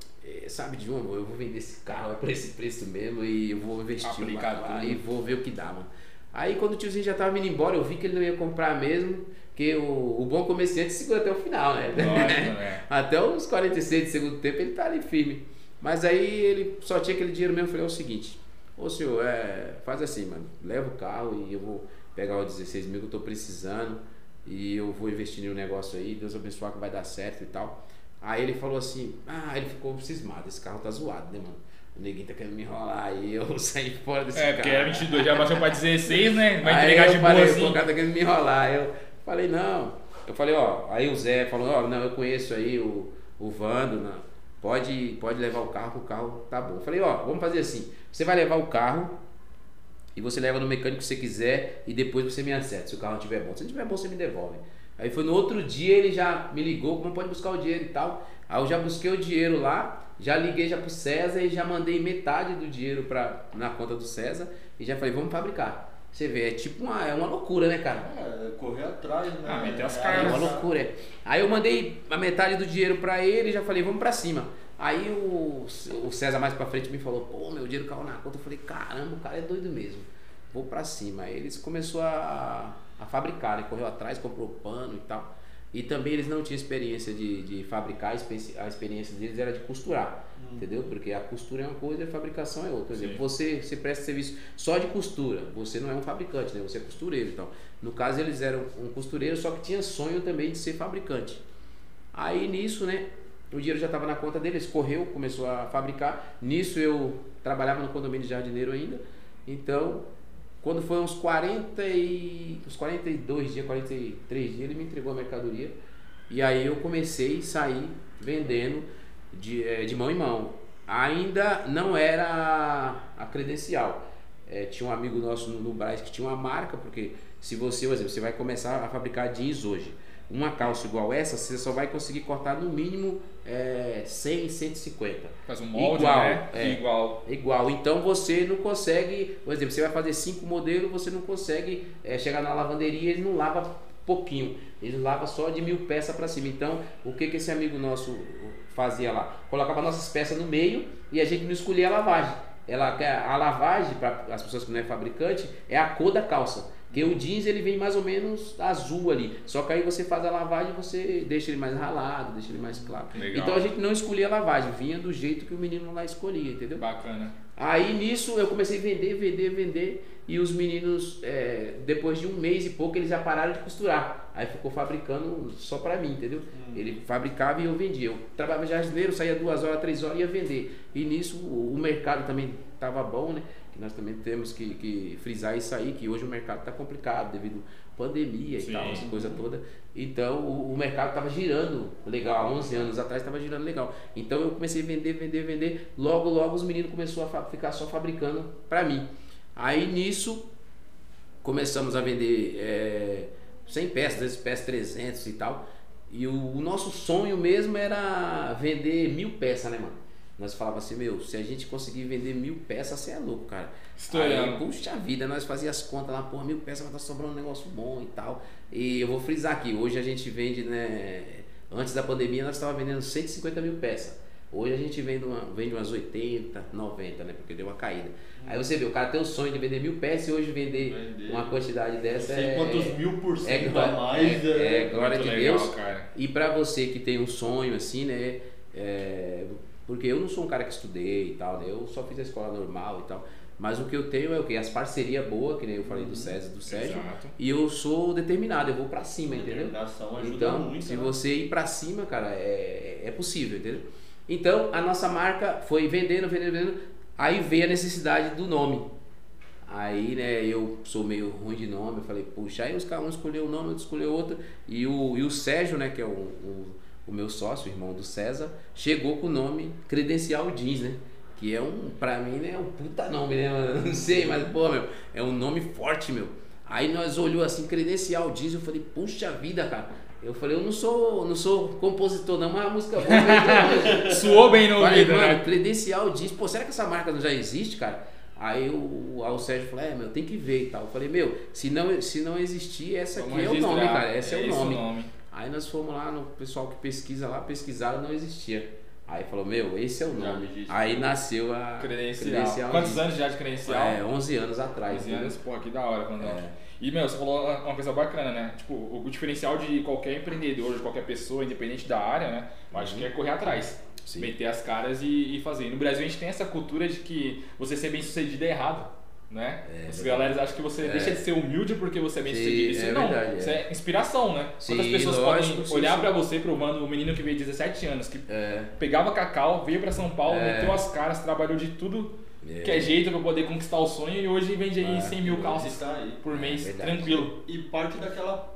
[SPEAKER 3] sabe de uma, eu vou vender esse carro por esse preço mesmo e eu vou investir lá e vou ver o que dá, mano. Aí quando o tiozinho já tava indo embora, eu vi que ele não ia comprar mesmo, que o bom comerciante segura até o final, né?
[SPEAKER 1] Nossa,
[SPEAKER 3] até os 46 de segundo tempo ele tá ali firme. Mas aí ele só tinha aquele dinheiro mesmo, eu falei, é o seguinte, ô senhor, faz assim, mano, leva o carro e eu vou pegar os 16 mil que eu tô precisando e eu vou investir no negócio aí, Deus abençoe que vai dar certo e tal. Aí ele falou assim, ele ficou cismado, esse carro tá zoado, né, mano? O neguinho tá querendo me enrolar, aí eu saí fora desse carro.
[SPEAKER 1] Porque era 22, já baixou pra 16, né? Vai
[SPEAKER 3] aí
[SPEAKER 1] entregar de boa
[SPEAKER 3] falei,
[SPEAKER 1] assim.
[SPEAKER 3] O cara tá querendo me enrolar. Aí eu falei, não. Eu falei, ó, aí o Zé falou, ó, não, eu conheço aí o Vando, não. Pode levar o carro, que o carro tá bom. Eu falei, ó, vamos fazer assim, você vai levar o carro e você leva no mecânico que você quiser e depois você me acerta, se o carro não estiver bom. Se não estiver bom, você me devolve. Aí foi no outro dia, ele já me ligou, como pode buscar o dinheiro e tal. Aí eu já busquei o dinheiro lá, já liguei já pro César e já mandei metade do dinheiro na conta do César e já falei, vamos fabricar. Você vê, é tipo uma loucura, né, cara?
[SPEAKER 2] Correr atrás, né?
[SPEAKER 1] Meter as
[SPEAKER 3] É
[SPEAKER 1] caras.
[SPEAKER 3] uma loucura, Aí eu mandei a metade do dinheiro pra ele e já falei, vamos pra cima. Aí o César mais pra frente me falou, pô, meu dinheiro caiu na conta. Eu falei, caramba, o cara é doido mesmo. Vou pra cima. Aí eles começaram a fabricar, né? Correu atrás, comprou pano e tal. E também eles não tinham experiência de fabricar, a experiência deles era de costurar, entendeu? Porque a costura é uma coisa e a fabricação é outra. Por exemplo, você presta serviço só de costura, você não é um fabricante, né? Você é costureiro e tal. No caso, eles eram um costureiro, só que tinha sonho também de ser fabricante. Aí nisso, né? O dinheiro já estava na conta deles, correu, começou a fabricar. Nisso eu trabalhava no condomínio de jardineiro ainda, então... Quando foi uns 42 dias, 43 dias, ele me entregou a mercadoria. E aí eu comecei a sair vendendo de mão em mão. Ainda não era a credencial. Tinha um amigo nosso no Brás que tinha uma marca, porque se você, por exemplo, você vai começar a fabricar jeans hoje. uma calça igual essa, você só vai conseguir cortar no mínimo 100, 150.
[SPEAKER 1] Faz um molde,
[SPEAKER 3] igual,
[SPEAKER 1] né? Igual.
[SPEAKER 3] Igual. Então você não consegue, por exemplo, você vai fazer 5 modelos, você não consegue chegar na lavanderia, ele não lava pouquinho, ele lava só de 1000 peças para cima. Então, o que esse amigo nosso fazia lá? Colocava nossas peças no meio e a gente não escolhia a lavagem. A lavagem, para as pessoas que não é fabricante, é a cor da calça. Porque o jeans ele vem mais ou menos azul ali. Só que aí você faz a lavagem e você deixa ele mais ralado, deixa ele mais claro.
[SPEAKER 1] Legal.
[SPEAKER 3] Então a gente não escolhia a lavagem, vinha do jeito que o menino lá escolhia, entendeu?
[SPEAKER 1] Bacana.
[SPEAKER 3] Aí nisso eu comecei a vender. E os meninos, depois de 1 mês e pouco, eles já pararam de costurar. Aí ficou fabricando só pra mim, entendeu? Ele fabricava e eu vendia. Eu trabalhava jardineiro, saía 2 horas, 3 horas e ia vender. E nisso o mercado também tava bom, né? Que nós também temos que frisar isso aí, que hoje o mercado está complicado devido à pandemia e tal, essa coisa toda. Então o mercado estava girando legal, há 11 anos atrás estava girando legal. Então eu comecei a vender. Logo os meninos começaram a ficar só fabricando para mim. Aí nisso começamos a vender 100 peças, 200 peças, 300 e tal. E o nosso sonho mesmo era vender 1000 peças, né, mano? Nós falávamos assim, meu, se a gente conseguir vender 1000 peças, você é louco, cara. Aí, puxa vida, nós fazíamos as contas lá, porra, 1000 peças vai estar sobrando um negócio bom e tal. E eu vou frisar aqui, hoje a gente vende, né, antes da pandemia nós estávamos vendendo 150 mil peças. Hoje a gente vende umas 80, 90, né, porque deu uma caída. Aí você vê, o cara tem o sonho de vender 1000 peças e hoje vender uma quantidade dessa
[SPEAKER 2] quantos 1000% a mais.
[SPEAKER 3] É glória de
[SPEAKER 1] legal,
[SPEAKER 3] Deus.
[SPEAKER 1] Cara.
[SPEAKER 3] E pra você que tem um sonho assim, né, porque eu não sou um cara que estudei e tal, né? Eu só fiz a escola normal e tal. Mas o que eu tenho é o quê? As parcerias boas, que nem eu falei do César e do Sérgio.
[SPEAKER 1] Exato.
[SPEAKER 3] E eu sou determinado, eu vou pra cima, entendeu?
[SPEAKER 2] Ajuda
[SPEAKER 3] então,
[SPEAKER 2] muito,
[SPEAKER 3] se
[SPEAKER 2] né?
[SPEAKER 3] você ir pra cima, cara, é possível, entendeu? Então, a nossa marca foi vendendo. Aí veio a necessidade do nome. Aí, né, eu sou meio ruim de nome, eu falei, puxa, aí os caras, um escolheu um nome, outro escolheu outro. E o Sérgio, né, que é o meu sócio, o irmão do César, chegou com o nome Credencial Jeans, né? Que pra mim, né, é um puta nome, né? Eu não sei, mas, pô, meu, é um nome forte, meu. Aí nós olhou assim, Credencial Jeans, eu falei, puxa vida, cara. Eu falei, eu não sou compositor não, mas a música boa.
[SPEAKER 1] Suou bem no ouvido, né?
[SPEAKER 3] Credencial Jeans, pô, será que essa marca não já existe, cara? Aí o Sérgio falou, meu, tem que ver e tal. Eu falei, meu, se não existir, essa aqui é o nome, cara. Esse é o nome. Aí nós fomos lá no pessoal que pesquisa lá, pesquisaram, não existia. Aí falou, meu, esse é o nome. Aí nasceu a Credencial.
[SPEAKER 1] Quantos anos já de credencial?
[SPEAKER 3] 11 anos atrás.
[SPEAKER 1] 11 anos, pô, que da hora, Vandão. E, meu, você falou uma coisa bacana, né? Tipo, o diferencial de qualquer empreendedor, de qualquer pessoa, independente da área, né? Eu acho que é correr atrás. Sim. Meter as caras e fazer. E no Brasil a gente tem essa cultura de que você ser bem sucedido é errado. Né? As galera acham que você deixa de ser humilde porque você é bem sucedido. Isso não, verdade, isso é inspiração, né?
[SPEAKER 3] Sim,
[SPEAKER 1] quantas pessoas podem olhar pra você, provando o menino que veio 17 anos, que pegava cacau, veio pra São Paulo, meteu as caras, trabalhou de tudo que é jeito pra poder conquistar o sonho e hoje vende aí 100 mil calças por mês, tranquilo.
[SPEAKER 2] E parte daquela,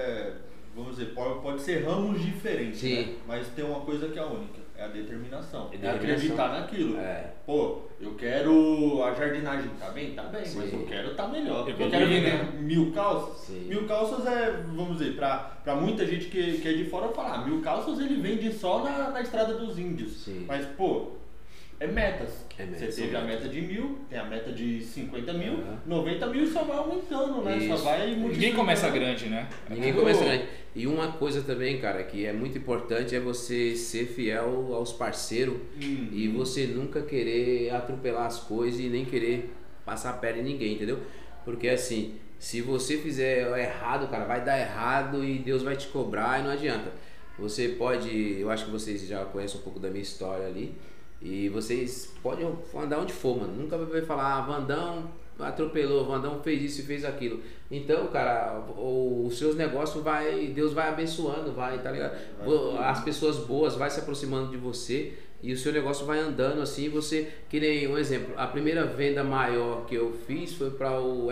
[SPEAKER 2] vamos dizer, pode ser ramos diferentes, né? Mas tem uma coisa que é única. É a determinação. É acreditar naquilo. Pô, eu quero a jardinagem. Tá bem? Tá bem. Sim. Mas eu quero tá melhor. Eu quero vender 1000 calças. Sim. 1000 calças vamos dizer, pra muita gente que é de fora falar, 1000 calças ele vende só na estrada dos índios. Sim. Mas, pô, é metas. Você teve a meta de 1000, tem a meta de 50 mil, 90 mil e só vai aumentando, né? Só vai multiplicando.
[SPEAKER 1] Ninguém começa grande, né?
[SPEAKER 3] Ninguém começa grande. E uma coisa também, cara, que é muito importante é você ser fiel aos parceiros e você nunca querer atropelar as coisas e nem querer passar a perna em ninguém, entendeu? Porque assim, se você fizer errado, cara, vai dar errado e Deus vai te cobrar e não adianta. Você pode, eu acho que vocês já conhecem um pouco da minha história ali. E vocês podem andar onde for, mano. Nunca vai falar, Vandão atropelou, Vandão fez isso e fez aquilo. Então, cara, os seus negócios Deus vai abençoando, tá ligado? As pessoas boas vai se aproximando de você e o seu negócio vai andando assim. Você, que nem um exemplo, a primeira venda maior que eu fiz foi para o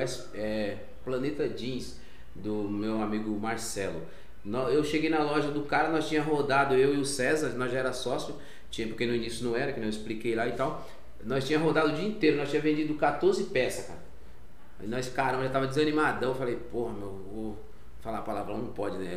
[SPEAKER 3] Planeta Jeans, do meu amigo Marcelo. Eu cheguei na loja do cara, nós tinha rodado, eu e o César, nós já era sócio. Porque no início não era, que eu expliquei lá e tal. Nós tínhamos rodado o dia inteiro, nós tínhamos vendido 14 peças, cara. Aí nós, caramba, já tava desanimadão. Eu falei, porra, meu, vou Falar palavrão não pode, né?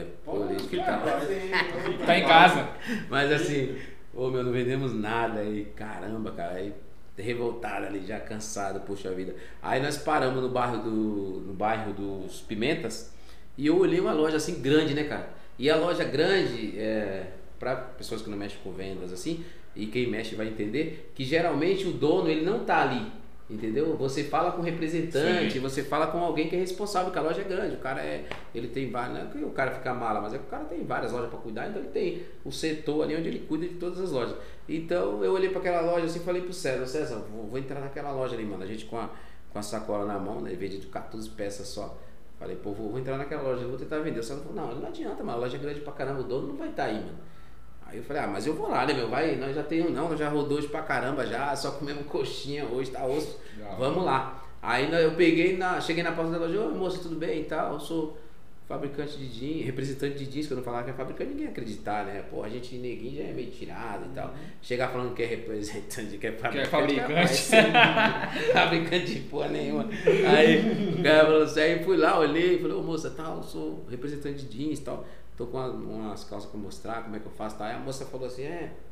[SPEAKER 1] Tá em casa.
[SPEAKER 3] Mas assim, ô meu, não vendemos nada aí, caramba, cara. Aí revoltado ali, já cansado, poxa vida. Aí nós paramos no bairro dos Pimentas e eu olhei uma loja assim grande, né, cara? E a loja grande, para pessoas que não mexem com vendas assim, e quem mexe vai entender, que geralmente o dono ele não tá ali. Entendeu? Você fala com o representante, sim, você fala com alguém que é responsável, que a loja é grande, o cara ele tem várias, não é que o cara fica mala, mas é que o cara tem várias lojas para cuidar, então ele tem o setor ali onde ele cuida de todas as lojas. Então eu olhei para aquela loja assim e falei pro César, vou entrar naquela loja ali, mano, a gente com a sacola na mão, né, vendi de 14 peças só. Falei, pô, vou entrar naquela loja, vou tentar vender. O César falou, não adianta, mano, a loja é grande pra caramba, o dono não vai estar aí, mano. Aí eu falei, mas eu vou lá, né, meu? Nós já temos, nós já rodou hoje pra caramba já, só comemos coxinha hoje, tá osso. Vamos lá. Aí eu cheguei na porta da loja, ô moça, tudo bem e tal? Eu sou fabricante de jeans, representante de jeans, que eu não falava que é fabricante, ninguém ia acreditar, né? Pô, a gente, neguinho, já é meio tirado e tal. Chegar falando que é representante, que é fabricante. Fabricante de porra nenhuma. Aí o cara falou assim, aí fui lá, olhei, falei, ô moça, tal, eu sou representante de jeans e tal. Tô com umas calças pra mostrar, como é que eu faço, tá? Aí a moça falou assim,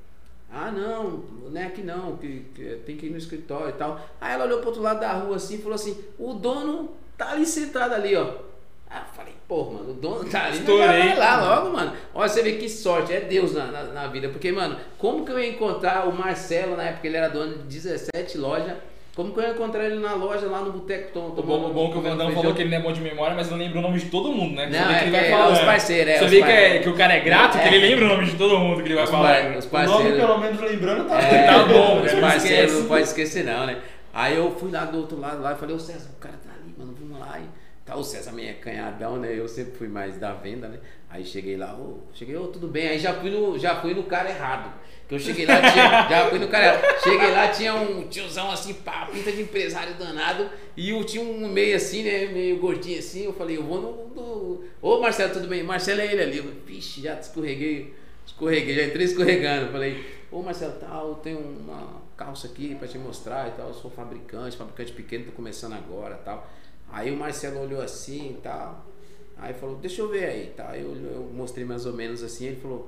[SPEAKER 3] não é aqui não, que tem que ir no escritório e tal. Aí ela olhou pro outro lado da rua assim e falou assim, o dono tá ali sentado ali, ó. Aí eu falei, pô, mano, o dono tá ali, vai lá logo, mano. Olha, você vê que sorte, é Deus na vida. Porque, mano, como que eu ia encontrar o Marcelo, na época ele era dono de 17 lojas, como que eu ia encontrar ele na loja, lá no boteco?
[SPEAKER 1] O bom que o Vandão falou que ele não é bom de memória, mas não lembra o nome de todo mundo, né?
[SPEAKER 3] Não, que ele vai falar, os parceiros.
[SPEAKER 1] Você vê que o cara é grato, que ele lembra o nome de todo mundo que ele vai falar.
[SPEAKER 3] Os parceiros,
[SPEAKER 2] o nome, pelo menos, lembrando,
[SPEAKER 1] tá bom.
[SPEAKER 3] Os parceiros não pode esquecer não, né? Aí eu fui lá do outro lado, lá e falei, ô César, o cara tá ali, mano, vamos lá. Tá, o César meio canhadão, né? Eu sempre fui mais da venda, né? Aí cheguei lá, tudo bem. Aí já fui no cara errado. Que eu cheguei lá, já fui no cara errado. Cheguei lá, tinha um tiozão assim, pá, pinta de empresário danado. E eu tinha um meio assim, né? Meio gordinho assim. Eu falei, eu vou no ô Marcelo, tudo bem? Marcelo é ele ali. Eu, vixe, já escorreguei, já entrei escorregando. Falei, ô Marcelo, tal, eu tenho uma calça aqui pra te mostrar e tal. Eu sou fabricante pequeno, tô começando agora e tal. Aí o Marcelo olhou assim e tal. Aí falou, deixa eu ver aí, tá? Eu mostrei mais ou menos assim, ele falou,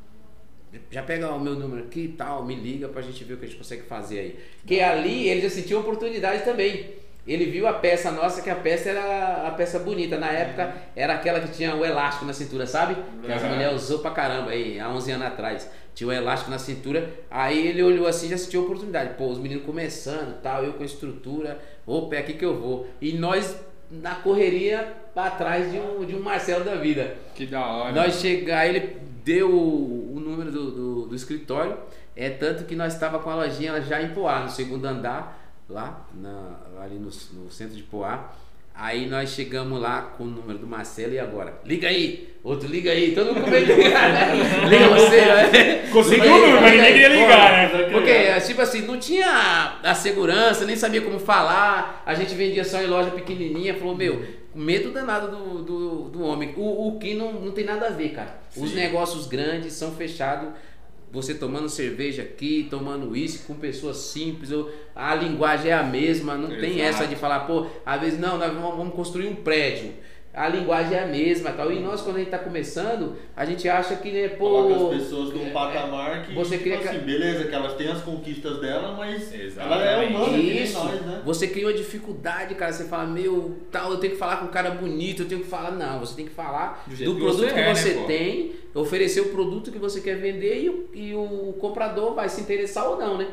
[SPEAKER 3] já pega o meu número aqui e tal, me liga pra gente ver o que a gente consegue fazer aí. Porque ali ele já sentiu oportunidade também. Ele viu a peça nossa, que a peça era a peça bonita. Na época era aquela que tinha o elástico na cintura, sabe? Que as mulheres usou pra caramba aí, há 11 anos atrás. Tinha o elástico na cintura. Aí ele olhou assim, já sentiu oportunidade. Pô, os meninos começando, tal, eu com a estrutura. Opa, é aqui que eu vou. E nós na correria atrás de um Marcelo da vida.
[SPEAKER 1] Que da hora.
[SPEAKER 3] Nós chegar, ele deu o número do escritório. É tanto que nós estava com a lojinha já em Poá, no segundo andar, lá ali no centro de Poá. Aí nós chegamos lá com o número do Marcelo e agora? Liga aí! Outro liga aí! Todo mundo começou a ligar, né? Liga você, né?
[SPEAKER 1] Conseguiu o número, mas ninguém queria ligar, né?
[SPEAKER 3] Porque, tipo assim, não tinha a segurança, nem sabia como falar. A gente vendia só em loja pequenininha. Falou, meu, medo danado do homem. O que não tem nada a ver, cara. Sim. Os negócios grandes são fechados. Você tomando cerveja aqui, tomando uísque com pessoas simples, a linguagem é a mesma, não tem essa de falar, pô, às vezes não, nós vamos construir um prédio. A linguagem é a mesma tal. E nós, quando a gente tá começando, a gente acha que, né, pô.
[SPEAKER 2] Coloca as pessoas num patamar que,
[SPEAKER 3] você
[SPEAKER 2] tipo assim, beleza, que elas têm as conquistas dela, mas ela é humana,
[SPEAKER 3] isso.
[SPEAKER 2] Que nem nós, né?
[SPEAKER 3] Você cria uma dificuldade, cara. Você fala, meu, tal, eu tenho que falar com um cara bonito, eu tenho que falar. Não, você tem que falar do produto que você tem, oferecer o produto que você quer vender e o comprador vai se interessar ou não, né?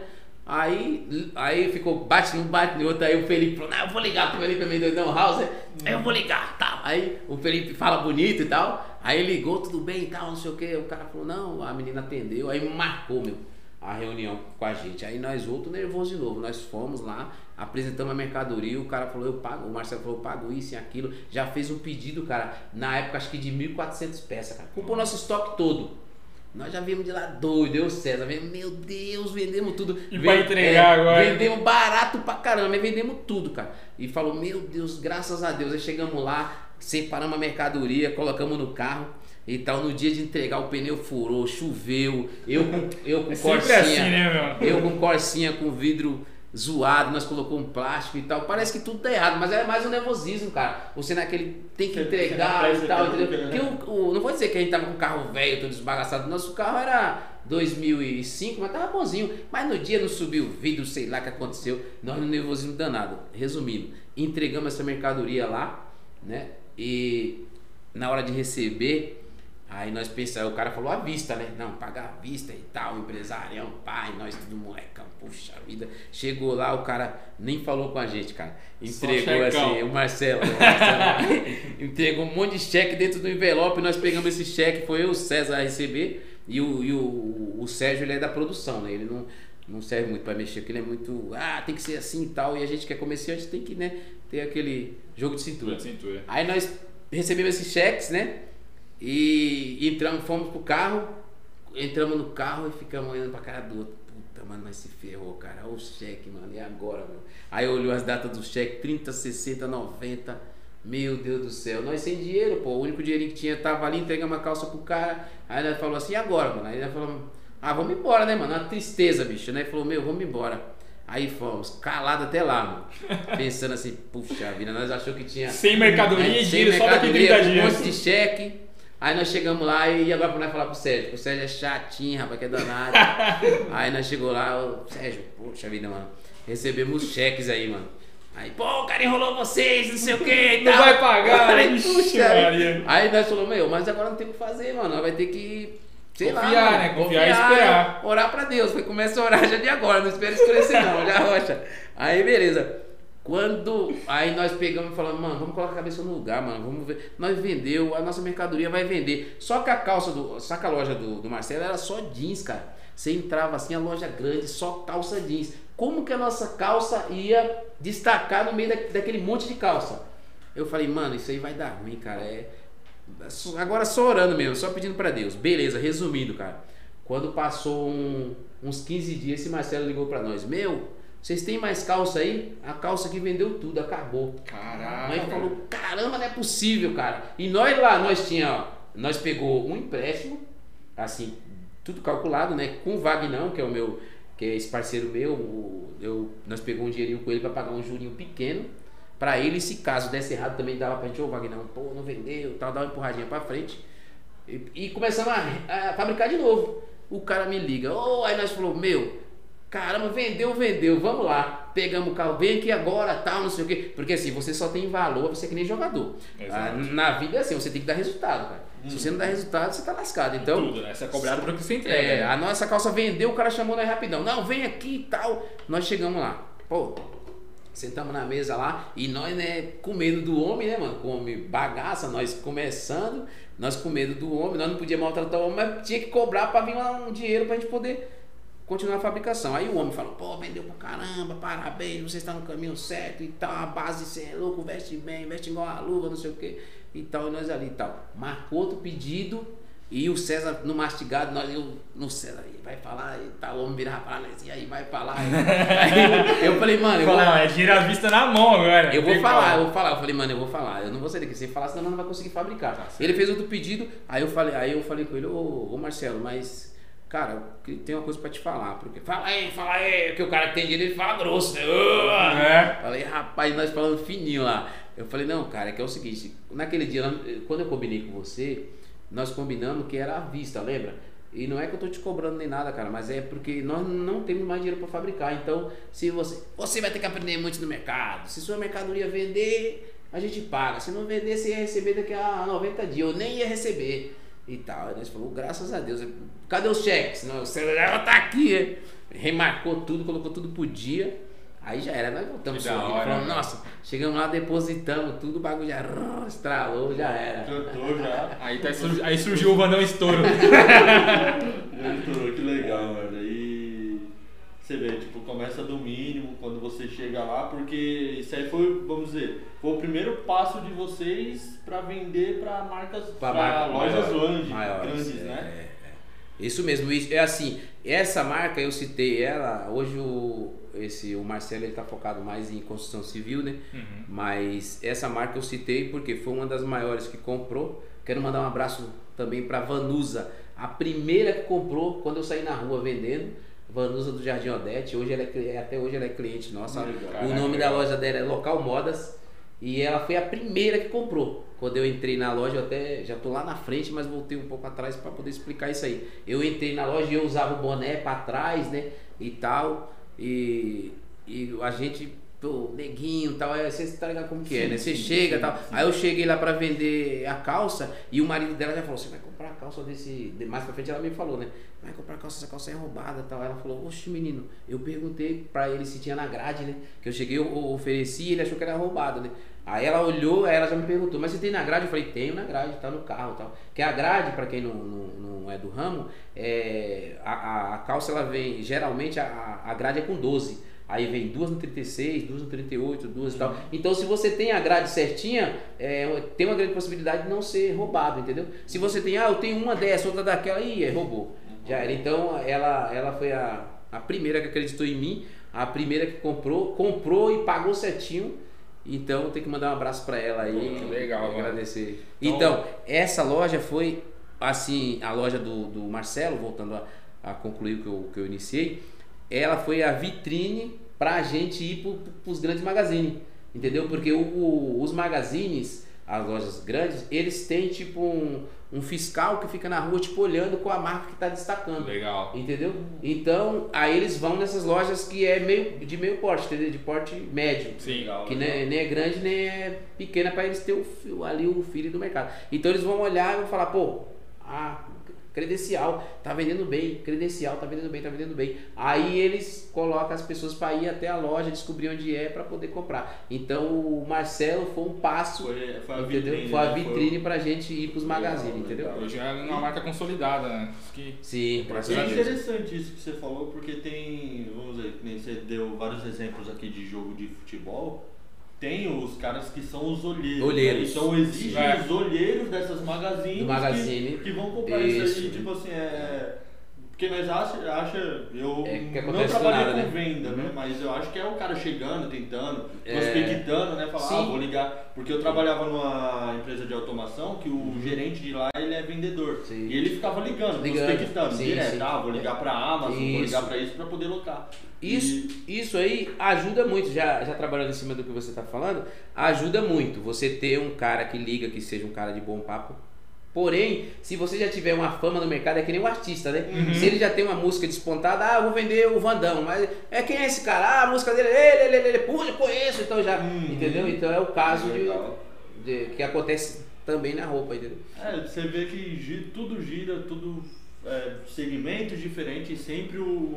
[SPEAKER 3] Aí ficou bate no outro, aí o Felipe falou, não, eu vou ligar pro Felipe doidão house, eu vou ligar, tal. Aí o Felipe fala bonito e tal, aí ligou, tudo bem e tal, não sei o que, o cara falou, não, a menina atendeu, aí marcou, a reunião com a gente. Aí nós outros nervosos de novo, nós fomos lá, apresentamos a mercadoria, o cara falou, eu pago, o Marcelo falou, eu pago isso e aquilo, já fez um pedido, cara, na época acho que de 1.400 peças, cara, comprou nosso estoque todo. Nós já viemos de lá doido, eu César, meu Deus, vendemos tudo.
[SPEAKER 1] E pra entregar agora?
[SPEAKER 3] Vendemos barato pra caramba, mas vendemos tudo, cara. E falou, meu Deus, graças a Deus. Aí chegamos lá, separamos a mercadoria, colocamos no carro e tal. No dia de entregar, o pneu furou, choveu. Eu com corsinha,
[SPEAKER 1] assim, né, meu?
[SPEAKER 3] Eu com corsinha, com vidro zoado, nós colocamos um plástico e tal. Parece que tudo tá errado, mas é mais um nervosismo, cara. Você naquele tem que entregar e tal, entendeu? Porque não vou dizer que a gente tava com um carro velho, todo esbagaçado. Nosso carro era 2005, mas tava bonzinho. Mas no dia não subiu o vidro, sei lá o que aconteceu. Nós no nervosismo danado. Resumindo, entregamos essa mercadoria lá, né? E na hora de receber, aí nós pensamos, o cara falou à vista, né? Não, pagar à vista e tal, empresarião, pai, nós tudo molecão, puxa vida. Chegou lá, o cara nem falou com a gente, cara. Entregou assim, o Marcelo entregou um monte de cheque dentro do envelope, nós pegamos esse cheque, foi eu e o César a receber, e o Sérgio, ele é da produção, né? Ele não serve muito para mexer, porque ele é muito, tem que ser assim e tal, e a gente que é comerciante tem que, né, ter aquele jogo de cintura. Aí nós recebemos esses cheques, né? E entramos, fomos pro carro, entramos no carro e ficamos olhando pra cara do outro. Puta, mano, mas se ferrou, cara. Olha o cheque, mano, e agora, mano? Aí olhou as datas do cheque, 30, 60, 90. Meu Deus do céu, nós sem dinheiro, pô. O único dinheirinho que tinha tava ali, entregamos uma calça pro cara. Aí nós falou assim, e agora, mano? Aí nós falamos, vamos embora, né, mano? Uma tristeza, bicho, né? Ele falou, vamos embora. Aí fomos, calado até lá, mano. Pensando assim, puxa vida, nós achou que tinha.
[SPEAKER 1] Sem mercadoria e dinheiro, só daqui 30 dias.
[SPEAKER 3] Um monte de cheque. Aí nós chegamos lá e agora nós falar pro Sérgio. O Sérgio é chatinho, rapaz, que é danado. Aí nós chegou lá, Sérgio, poxa vida, mano. Recebemos cheques aí, mano. Aí, pô, o cara enrolou vocês, não sei o que e tal.
[SPEAKER 1] Não vai pagar,
[SPEAKER 3] aí, puxa, aí nós falamos, mas agora não tem o que fazer, mano. Nós vai ter que, sei lá,
[SPEAKER 1] confiar, né? Confiar e esperar.
[SPEAKER 3] Orar pra Deus. Foi começa a orar já de agora, não espera escurecer não, já rocha. Aí, beleza. Aí nós pegamos e falamos, mano, vamos colocar a cabeça no lugar, mano, vamos ver. Nós vendeu, a nossa mercadoria vai vender. Só que a loja do Marcelo era só jeans, cara. Você entrava assim, a loja grande, só calça jeans. Como que a nossa calça ia destacar no meio daquele monte de calça? Eu falei, mano, isso aí vai dar ruim, cara. Agora só orando mesmo, só pedindo pra Deus. Beleza, resumindo, cara. Quando passou uns 15 dias, esse Marcelo ligou pra nós, vocês têm mais calça aí? A calça que vendeu tudo, acabou.
[SPEAKER 1] Caraca.
[SPEAKER 3] Nós falou, caramba, não é possível, cara. E nós nós pegou um empréstimo, assim, tudo calculado, né? Com o Vagnão, que é esse parceiro meu, nós pegamos um dinheirinho com ele para pagar um jurinho pequeno para ele, se caso desse errado também dava pra gente, Vagnão, pô, não vendeu, tal, dá uma empurradinha para frente. E começamos a fabricar de novo. O cara me liga, aí nós falou, caramba, vendeu, vamos lá. Pegamos o carro, vem aqui agora, tal, não sei o quê. Porque assim, você só tem valor, você é que nem jogador. Na vida é assim, você tem que dar resultado, cara. Se você não dá resultado, você tá lascado. Então,
[SPEAKER 1] tudo, né? Você é cobrado para que você entrega. Né?
[SPEAKER 3] A nossa calça vendeu, o cara chamou nós rapidão. Não, vem aqui e tal. Nós chegamos lá. Pô, sentamos na mesa lá e nós, né, com medo do homem, né, mano? Come bagaça, nós começando, nós com medo do homem, nós não podíamos maltratar o homem, mas tinha que cobrar para vir um dinheiro pra gente poder continuar a fabricação. Aí o homem falou, pô, vendeu pra caramba, parabéns, você está no caminho certo e tal, a base, você é louco, veste bem, veste igual a luva, não sei o que e tal, e nós ali e tal. Marcou outro pedido e o César no mastigado, no César, vai falar e tal, o homem virava pra lá, e aí vai falar. Aí eu falei, mano,
[SPEAKER 1] é tira a vista na mão agora.
[SPEAKER 3] Eu vou falar. Eu falei, mano, eu vou falar, eu não vou sair daqui, se falar, senão não vai conseguir fabricar. Ele fez outro pedido, aí eu falei com ele, ô Marcelo, mas cara, tem uma coisa pra te falar, porque fala aí, porque o cara que tem dinheiro ele fala grosso, né? Falei, rapaz, nós falando fininho lá. Eu falei, não, cara, é que é o seguinte, naquele dia, quando eu combinei com você, nós combinamos que era à vista, lembra? E não é que eu tô te cobrando nem nada, cara, mas é porque nós não temos mais dinheiro pra fabricar. Então, se você vai ter que aprender muito no mercado. Se sua mercadoria vender, a gente paga. Se não vender, você ia receber daqui a 90 dias. Eu nem ia receber. E tal, aí nós falamos, graças a Deus, cadê os cheques? Não, o celular tá aqui, remarcou tudo, colocou tudo pro dia, aí já era, nós voltamos sorrindo, falamos, nossa, chegamos lá, depositamos tudo, o bagulho já estralou, já era.
[SPEAKER 2] Já.
[SPEAKER 1] Aí surgiu o Vandão Estouro.
[SPEAKER 2] Estouro, que legal, mano. Aí você vê, tipo, começa do mínimo quando você chega lá, porque isso aí foi, vamos dizer, foi o primeiro passo de vocês para vender para marcas, para lojas grandes, né?
[SPEAKER 3] Isso mesmo, é assim, essa marca eu citei ela, hoje o Marcelo ele tá focado mais em construção civil, né? Uhum. Mas essa marca eu citei porque foi uma das maiores que comprou. Quero mandar um abraço também para Vanusa, a primeira que comprou quando eu saí na rua vendendo. Vanusa do Jardim Odete, hoje até hoje ela é cliente nossa.
[SPEAKER 2] Legal.
[SPEAKER 3] O nome da loja dela é Local Modas e ela foi a primeira que comprou. Quando eu entrei na loja, eu até já tô lá na frente, mas voltei um pouco atrás para poder explicar isso aí. Eu entrei na loja e eu usava o boné para trás, né, e tal, e a gente, pô, neguinho e tal, você tá ligado como que é, né? Você chega e tal. Aí eu cheguei lá para vender a calça e o marido dela já falou, você vai comprar a calça desse... Mais pra frente ela me falou, né? Vai comprar a calça, essa calça é roubada e tal. Ela falou, oxe menino, eu perguntei pra ele se tinha na grade, né? Que eu cheguei, eu ofereci e ele achou que era roubada, né? Aí ela olhou, aí ela já me perguntou, mas você tem na grade? Eu falei, tenho na grade, tá no carro e tal. Que a grade, pra quem não é do ramo, a calça ela vem, geralmente a grade é com 12. Aí vem 2 no 36, 2 no 38, 2 e tal. Então se você tem a grade certinha, tem uma grande possibilidade de não ser roubado, entendeu? Se você tem, eu tenho uma dessa, outra daquela, roubou. Já era. Então ela foi a primeira que acreditou em mim, a primeira que comprou e pagou certinho. Então tem que mandar um abraço pra ela aí.
[SPEAKER 1] Que legal,
[SPEAKER 3] agradecer. Então, essa loja foi assim, a loja do Marcelo, voltando a concluir o que eu iniciei, ela foi a vitrine pra gente ir pros grandes magazines, entendeu? Porque os magazines, as lojas grandes, eles têm tipo um fiscal que fica na rua tipo olhando com a marca que tá destacando.
[SPEAKER 1] Legal.
[SPEAKER 3] Entendeu? Então, aí eles vão nessas lojas que é de meio porte, entendeu? De porte médio.
[SPEAKER 1] Sim.
[SPEAKER 2] Legal,
[SPEAKER 3] Que
[SPEAKER 2] legal.
[SPEAKER 3] nem é grande nem é pequena para eles ter ali o feeling do mercado. Então eles vão olhar e vão falar, pô, credencial tá vendendo bem, credencial tá vendendo bem. Aí eles colocam as pessoas para ir até a loja, descobrir onde é para poder comprar. Então o Marcelo foi um passo,
[SPEAKER 2] Foi a
[SPEAKER 3] entendeu?
[SPEAKER 2] vitrine,
[SPEAKER 3] Foi a
[SPEAKER 2] né?
[SPEAKER 3] vitrine pra gente ir pros magazines,
[SPEAKER 2] Legal,
[SPEAKER 3] entendeu?
[SPEAKER 2] legal.
[SPEAKER 1] Hoje é uma marca consolidada, né? Isso que...
[SPEAKER 3] Sim, graças
[SPEAKER 2] É
[SPEAKER 3] a Deus.
[SPEAKER 2] interessante isso que você falou, porque tem, vamos dizer, que nem você deu vários exemplos aqui de jogo de futebol, tem os caras que são os olheiros.
[SPEAKER 3] Olheiros.
[SPEAKER 2] Né? Então existem
[SPEAKER 1] É.
[SPEAKER 2] os olheiros dessas magazines
[SPEAKER 3] Do magazine.
[SPEAKER 2] que vão comprar isso
[SPEAKER 3] Isso.
[SPEAKER 2] aí, tipo assim, porque nós acha eu
[SPEAKER 3] que
[SPEAKER 2] não
[SPEAKER 3] acontece
[SPEAKER 2] trabalhei
[SPEAKER 3] do nada,
[SPEAKER 2] com
[SPEAKER 3] né?
[SPEAKER 2] venda, né? Mas eu acho que é o cara chegando, tentando,
[SPEAKER 3] É.
[SPEAKER 2] prospectando, né? Falar,
[SPEAKER 3] Sim.
[SPEAKER 2] vou ligar. Porque eu trabalhava numa empresa de automação que o gerente de lá, ele é vendedor.
[SPEAKER 3] Sim.
[SPEAKER 2] E ele ficava ligando,
[SPEAKER 3] Ligando.
[SPEAKER 2] prospectando,
[SPEAKER 3] Sim,
[SPEAKER 2] direto.
[SPEAKER 3] sim.
[SPEAKER 2] Vou ligar pra Amazon, vou
[SPEAKER 3] Isso.
[SPEAKER 2] ligar pra isso pra poder locar.
[SPEAKER 3] Isso aí ajuda muito, já trabalhando em cima do que você está falando, ajuda muito você ter um cara que liga, que seja um cara de bom papo. Porém, se você já tiver uma fama no mercado, é que nem um artista, né? Se ele já tem uma música despontada, eu vou vender o Vandão, mas quem é esse cara? A música dele, ele, pô, eu conheço, então já, entendeu? Então é o caso
[SPEAKER 2] Legal.
[SPEAKER 3] que acontece também na roupa, entendeu?
[SPEAKER 2] Você vê que tudo gira, tudo segmentos diferentes, sempre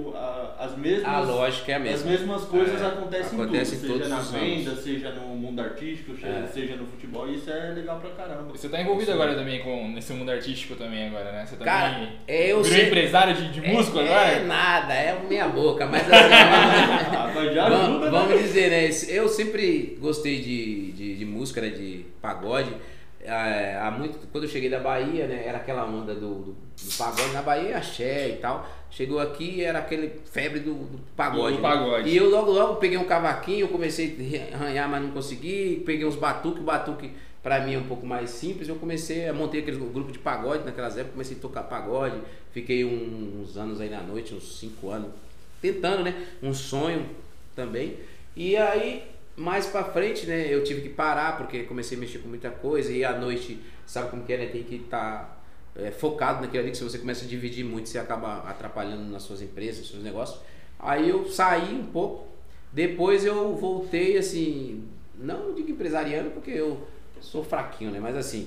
[SPEAKER 2] as mesmas.
[SPEAKER 3] A lógica é a mesma.
[SPEAKER 2] As mesmas coisas acontecem em
[SPEAKER 3] acontece
[SPEAKER 2] tudo,
[SPEAKER 3] em todos
[SPEAKER 2] seja na
[SPEAKER 3] os
[SPEAKER 2] venda,
[SPEAKER 3] ramos.
[SPEAKER 2] seja no mundo artístico, seja no futebol, e isso é legal pra caramba.
[SPEAKER 1] Você tá envolvido agora também nesse mundo artístico também agora, né? Você também
[SPEAKER 3] Cara, eu
[SPEAKER 1] virou
[SPEAKER 3] sei-
[SPEAKER 1] empresário de músico agora?
[SPEAKER 3] É nada, é meia boca, mas assim,
[SPEAKER 2] Mas já ajuda,
[SPEAKER 3] vamos dizer, né? Eu sempre gostei de música, né? De pagode. Quando eu cheguei da Bahia, né? Era aquela onda do pagode na Bahia, axé e tal. Chegou aqui, era aquele febre do pagode.
[SPEAKER 1] Do
[SPEAKER 3] né?
[SPEAKER 1] pagode.
[SPEAKER 3] E eu logo peguei um cavaquinho, comecei a arranhar, mas não consegui. Peguei uns batuques, o batuque pra mim é um pouco mais simples. Eu montei aquele grupo de pagode naquelas épocas, comecei a tocar pagode. Fiquei uns anos aí na noite, uns 5 anos, tentando, né? Um sonho também. E aí, mais pra frente, né? Eu tive que parar porque comecei a mexer com muita coisa. E à noite, sabe como que é, né? Tem que estar focado naquilo ali, que se você começa a dividir muito, você acaba atrapalhando nas suas empresas, nos seus negócios. Aí eu saí um pouco. Depois eu voltei, assim, não digo empresariando, porque eu sou fraquinho, né? Mas assim,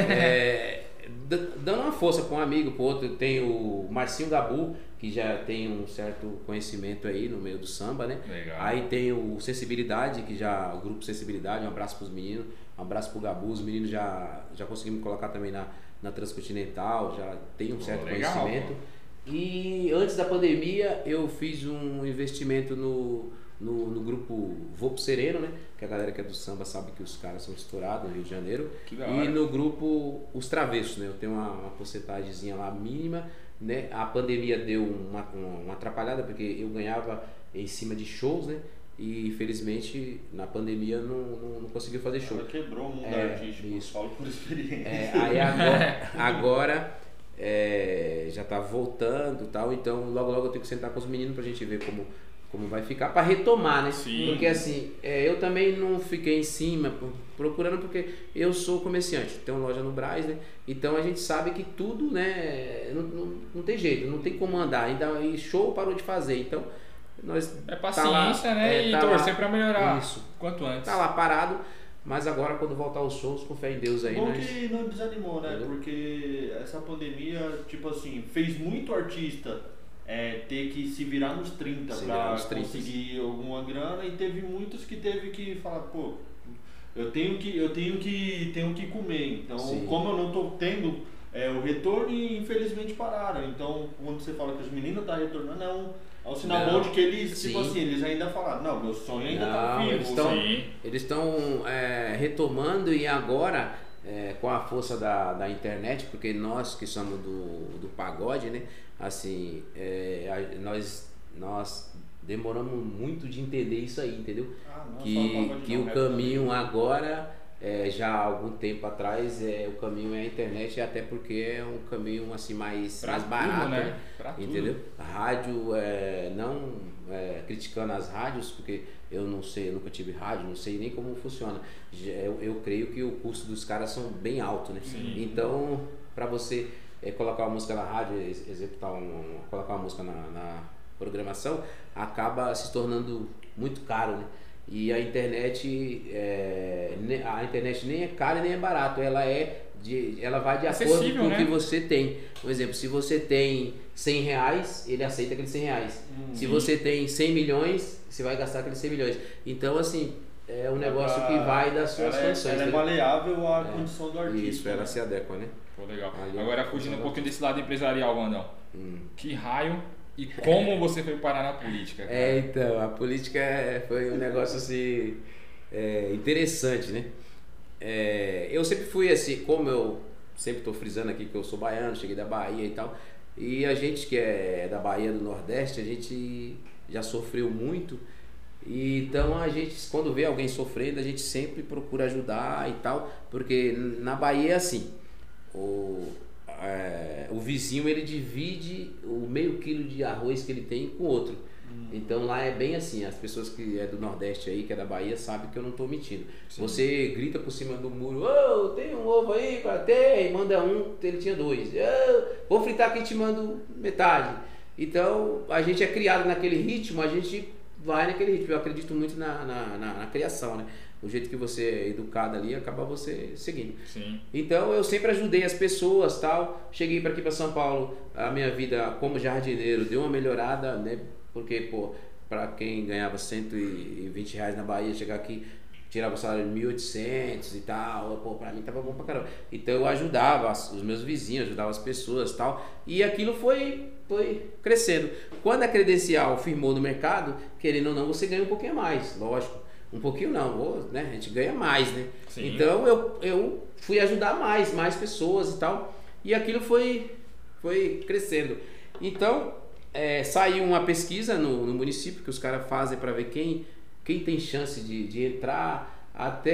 [SPEAKER 3] dando uma força para um amigo, para outro. Tem o Marcinho Gabu, que já tem um certo conhecimento aí no meio do samba, né?
[SPEAKER 1] Legal.
[SPEAKER 3] Aí tem o Sensibilidade, o grupo Sensibilidade, um abraço pros meninos, um abraço pro Gabu, os meninos já conseguiram me colocar também na Transcontinental, já tem um certo
[SPEAKER 1] legal,
[SPEAKER 3] conhecimento.
[SPEAKER 1] pô.
[SPEAKER 3] E antes da pandemia eu fiz um investimento no grupo Vou Pro Sereno, né? Que a galera que é do samba sabe que os caras são estourados no Rio de Janeiro.
[SPEAKER 1] Que da
[SPEAKER 3] E
[SPEAKER 1] hora.
[SPEAKER 3] no grupo Os Travessos, né? Eu tenho uma porcentagemzinha lá mínima, né? A pandemia deu uma atrapalhada porque eu ganhava em cima de shows, né? E infelizmente na pandemia não consegui fazer show.
[SPEAKER 2] Ela quebrou o mundo
[SPEAKER 3] É,
[SPEAKER 2] artístico,
[SPEAKER 3] isso.
[SPEAKER 2] falo por experiência.
[SPEAKER 3] Aí agora já tá voltando e tal, então logo logo eu tenho que sentar com os meninos pra gente ver como vai ficar, para retomar, né?
[SPEAKER 1] Sim.
[SPEAKER 3] Porque assim, eu também não fiquei em cima procurando, porque eu sou comerciante, tenho loja no Brás, né? Então a gente sabe que tudo, né, não tem jeito, não tem como andar, ainda e show parou de fazer, então nós
[SPEAKER 1] paciência,
[SPEAKER 3] tá lá,
[SPEAKER 1] né? E
[SPEAKER 3] tá
[SPEAKER 1] torcer para melhorar.
[SPEAKER 3] Isso.
[SPEAKER 1] Quanto antes.
[SPEAKER 3] Tá lá parado, mas agora quando voltar os shows, com fé em Deus aí,
[SPEAKER 2] Bom
[SPEAKER 3] nós...
[SPEAKER 2] que não desanimou, né?
[SPEAKER 3] Entendeu?
[SPEAKER 2] Porque essa pandemia, tipo assim, fez muito artista ter que se virar nos 30
[SPEAKER 3] Se
[SPEAKER 2] pra
[SPEAKER 3] virar nos 30.
[SPEAKER 2] conseguir alguma grana, e teve muitos que teve que falar, pô, eu tenho que comer, então
[SPEAKER 3] Sim.
[SPEAKER 2] como eu não tô tendo o retorno, e infelizmente pararam. Então quando você fala que os meninos tá retornando, é um sinal bom de que eles, tipo
[SPEAKER 3] Sim.
[SPEAKER 2] assim, eles ainda falaram, não, meu sonho ainda tá
[SPEAKER 3] Não,
[SPEAKER 2] vivo.
[SPEAKER 3] eles estão retomando, e agora com a força da internet, porque nós que somos do pagode, né? Assim, nós demoramos muito de entender isso aí, entendeu? Que o caminho agora, já há algum tempo atrás, o caminho é a internet, até porque é um caminho assim mais barato,
[SPEAKER 1] tudo,
[SPEAKER 3] né?
[SPEAKER 1] Pra tudo.
[SPEAKER 3] Entendeu? A rádio, não criticando as rádios, porque eu não sei, eu nunca tive rádio, não sei nem como funciona. Eu creio que o custo dos caras são bem alto, né?
[SPEAKER 1] Sim.
[SPEAKER 3] Então, para você colocar uma música na rádio, colocar uma música na programação, acaba se tornando muito caro, né? E a internet nem é cara nem é barato, ela vai de acordo
[SPEAKER 1] Acessível,
[SPEAKER 3] com o
[SPEAKER 1] né?
[SPEAKER 3] que você tem. Por exemplo, se você tem R$100, ele aceita aqueles R$100. Se você tem 100 milhões, você vai gastar aqueles 100 milhões. Então, assim, é um negócio que vai das suas condições.
[SPEAKER 2] Ela é
[SPEAKER 3] né?
[SPEAKER 2] maleável à condição do artista.
[SPEAKER 3] Isso, ela se adequa, né?
[SPEAKER 1] Pô, legal.
[SPEAKER 3] Ali,
[SPEAKER 1] Agora fugindo um pouquinho desse lado empresarial, Vandão. Que raio e como você foi parar na política? Cara?
[SPEAKER 3] Então, a política foi um negócio assim interessante, né? Eu sempre fui assim, como eu sempre estou frisando aqui que eu sou baiano, cheguei da Bahia e tal, e a gente que é da Bahia do Nordeste, a gente já sofreu muito, e então a gente, quando vê alguém sofrendo, a gente sempre procura ajudar e tal, porque na Bahia é assim, o vizinho ele divide o meio quilo de arroz que ele tem com o outro. Então lá é bem assim, as pessoas que é do Nordeste aí, que é da Bahia, sabem que eu não estou mentindo. Sim. Você grita por cima do muro, tem um ovo aí para ter, manda um, ele tinha 2. Vou fritar aqui e te mando metade. Então a gente é criado naquele ritmo, a gente vai naquele ritmo. Eu acredito muito na criação, né? O jeito que você é educado ali, acaba você seguindo.
[SPEAKER 1] Sim.
[SPEAKER 3] Então eu sempre ajudei as pessoas, tal. Cheguei para aqui para São Paulo, a minha vida como jardineiro deu uma melhorada, né? Porque, pô, para quem ganhava R$120 na Bahia, chegar aqui, tirava o salário de 1.800 e tal, pô, pra mim tava bom pra caramba. Então eu ajudava os meus vizinhos, ajudava as pessoas e tal, e aquilo foi crescendo. Quando a credencial firmou no mercado, querendo ou não, você ganha um pouquinho a mais, lógico. Um pouquinho não, né? A gente ganha mais, né?
[SPEAKER 1] Sim.
[SPEAKER 3] Então eu fui ajudar mais pessoas e tal, e aquilo foi crescendo. Então, saiu uma pesquisa no município que os caras fazem para ver quem tem chance de entrar,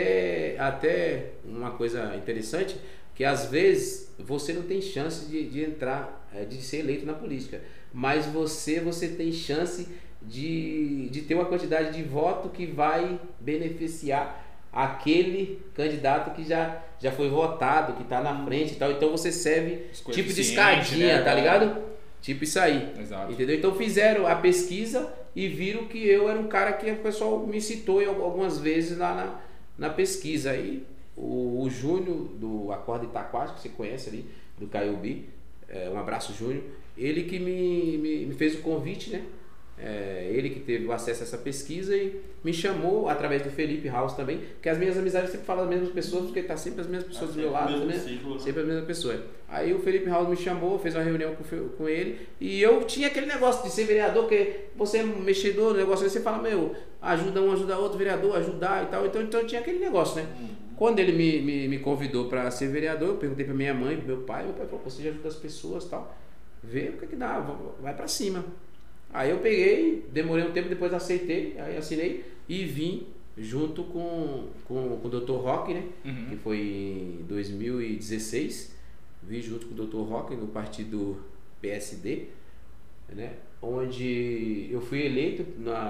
[SPEAKER 3] até uma coisa interessante, que às vezes você não tem chance de entrar, de ser eleito na política, mas você tem chance de ter uma quantidade de voto que vai beneficiar aquele candidato que já foi votado, que está na frente e tal. Então você serve tipo de escadinha, né? Tá ligado? Tipo isso aí.
[SPEAKER 1] Exato.
[SPEAKER 3] Entendeu? Então fizeram a pesquisa e viram que eu era um cara que o pessoal me citou algumas vezes lá na pesquisa. Aí o Júnior do Acorda Itaquá, que você conhece ali, do Caiubi, um abraço, Júnior, ele que me fez o convite, né? Ele que teve o acesso a essa pesquisa e me chamou através do Felipe House também, que as minhas amizades sempre falam das mesmas pessoas, porque tá sempre as mesmas pessoas do meu lado, né? Sempre a mesma pessoa. Aí o Felipe House me chamou, fez uma reunião com ele, e eu tinha aquele negócio de ser vereador, que você é mexedor, negócio você fala, ajuda um, ajuda outro, vereador, ajudar e tal, então tinha aquele negócio, né? Quando ele me convidou para ser vereador, eu perguntei para minha mãe, pro meu pai falou, você já ajuda as pessoas e tal, vê o que dá, vai para cima. Aí eu peguei, demorei um tempo, depois aceitei, aí assinei e vim junto com o Dr. Roque, né? Que foi em 2016. Vim junto com o Dr. Roque no partido PSD, né? Onde eu fui eleito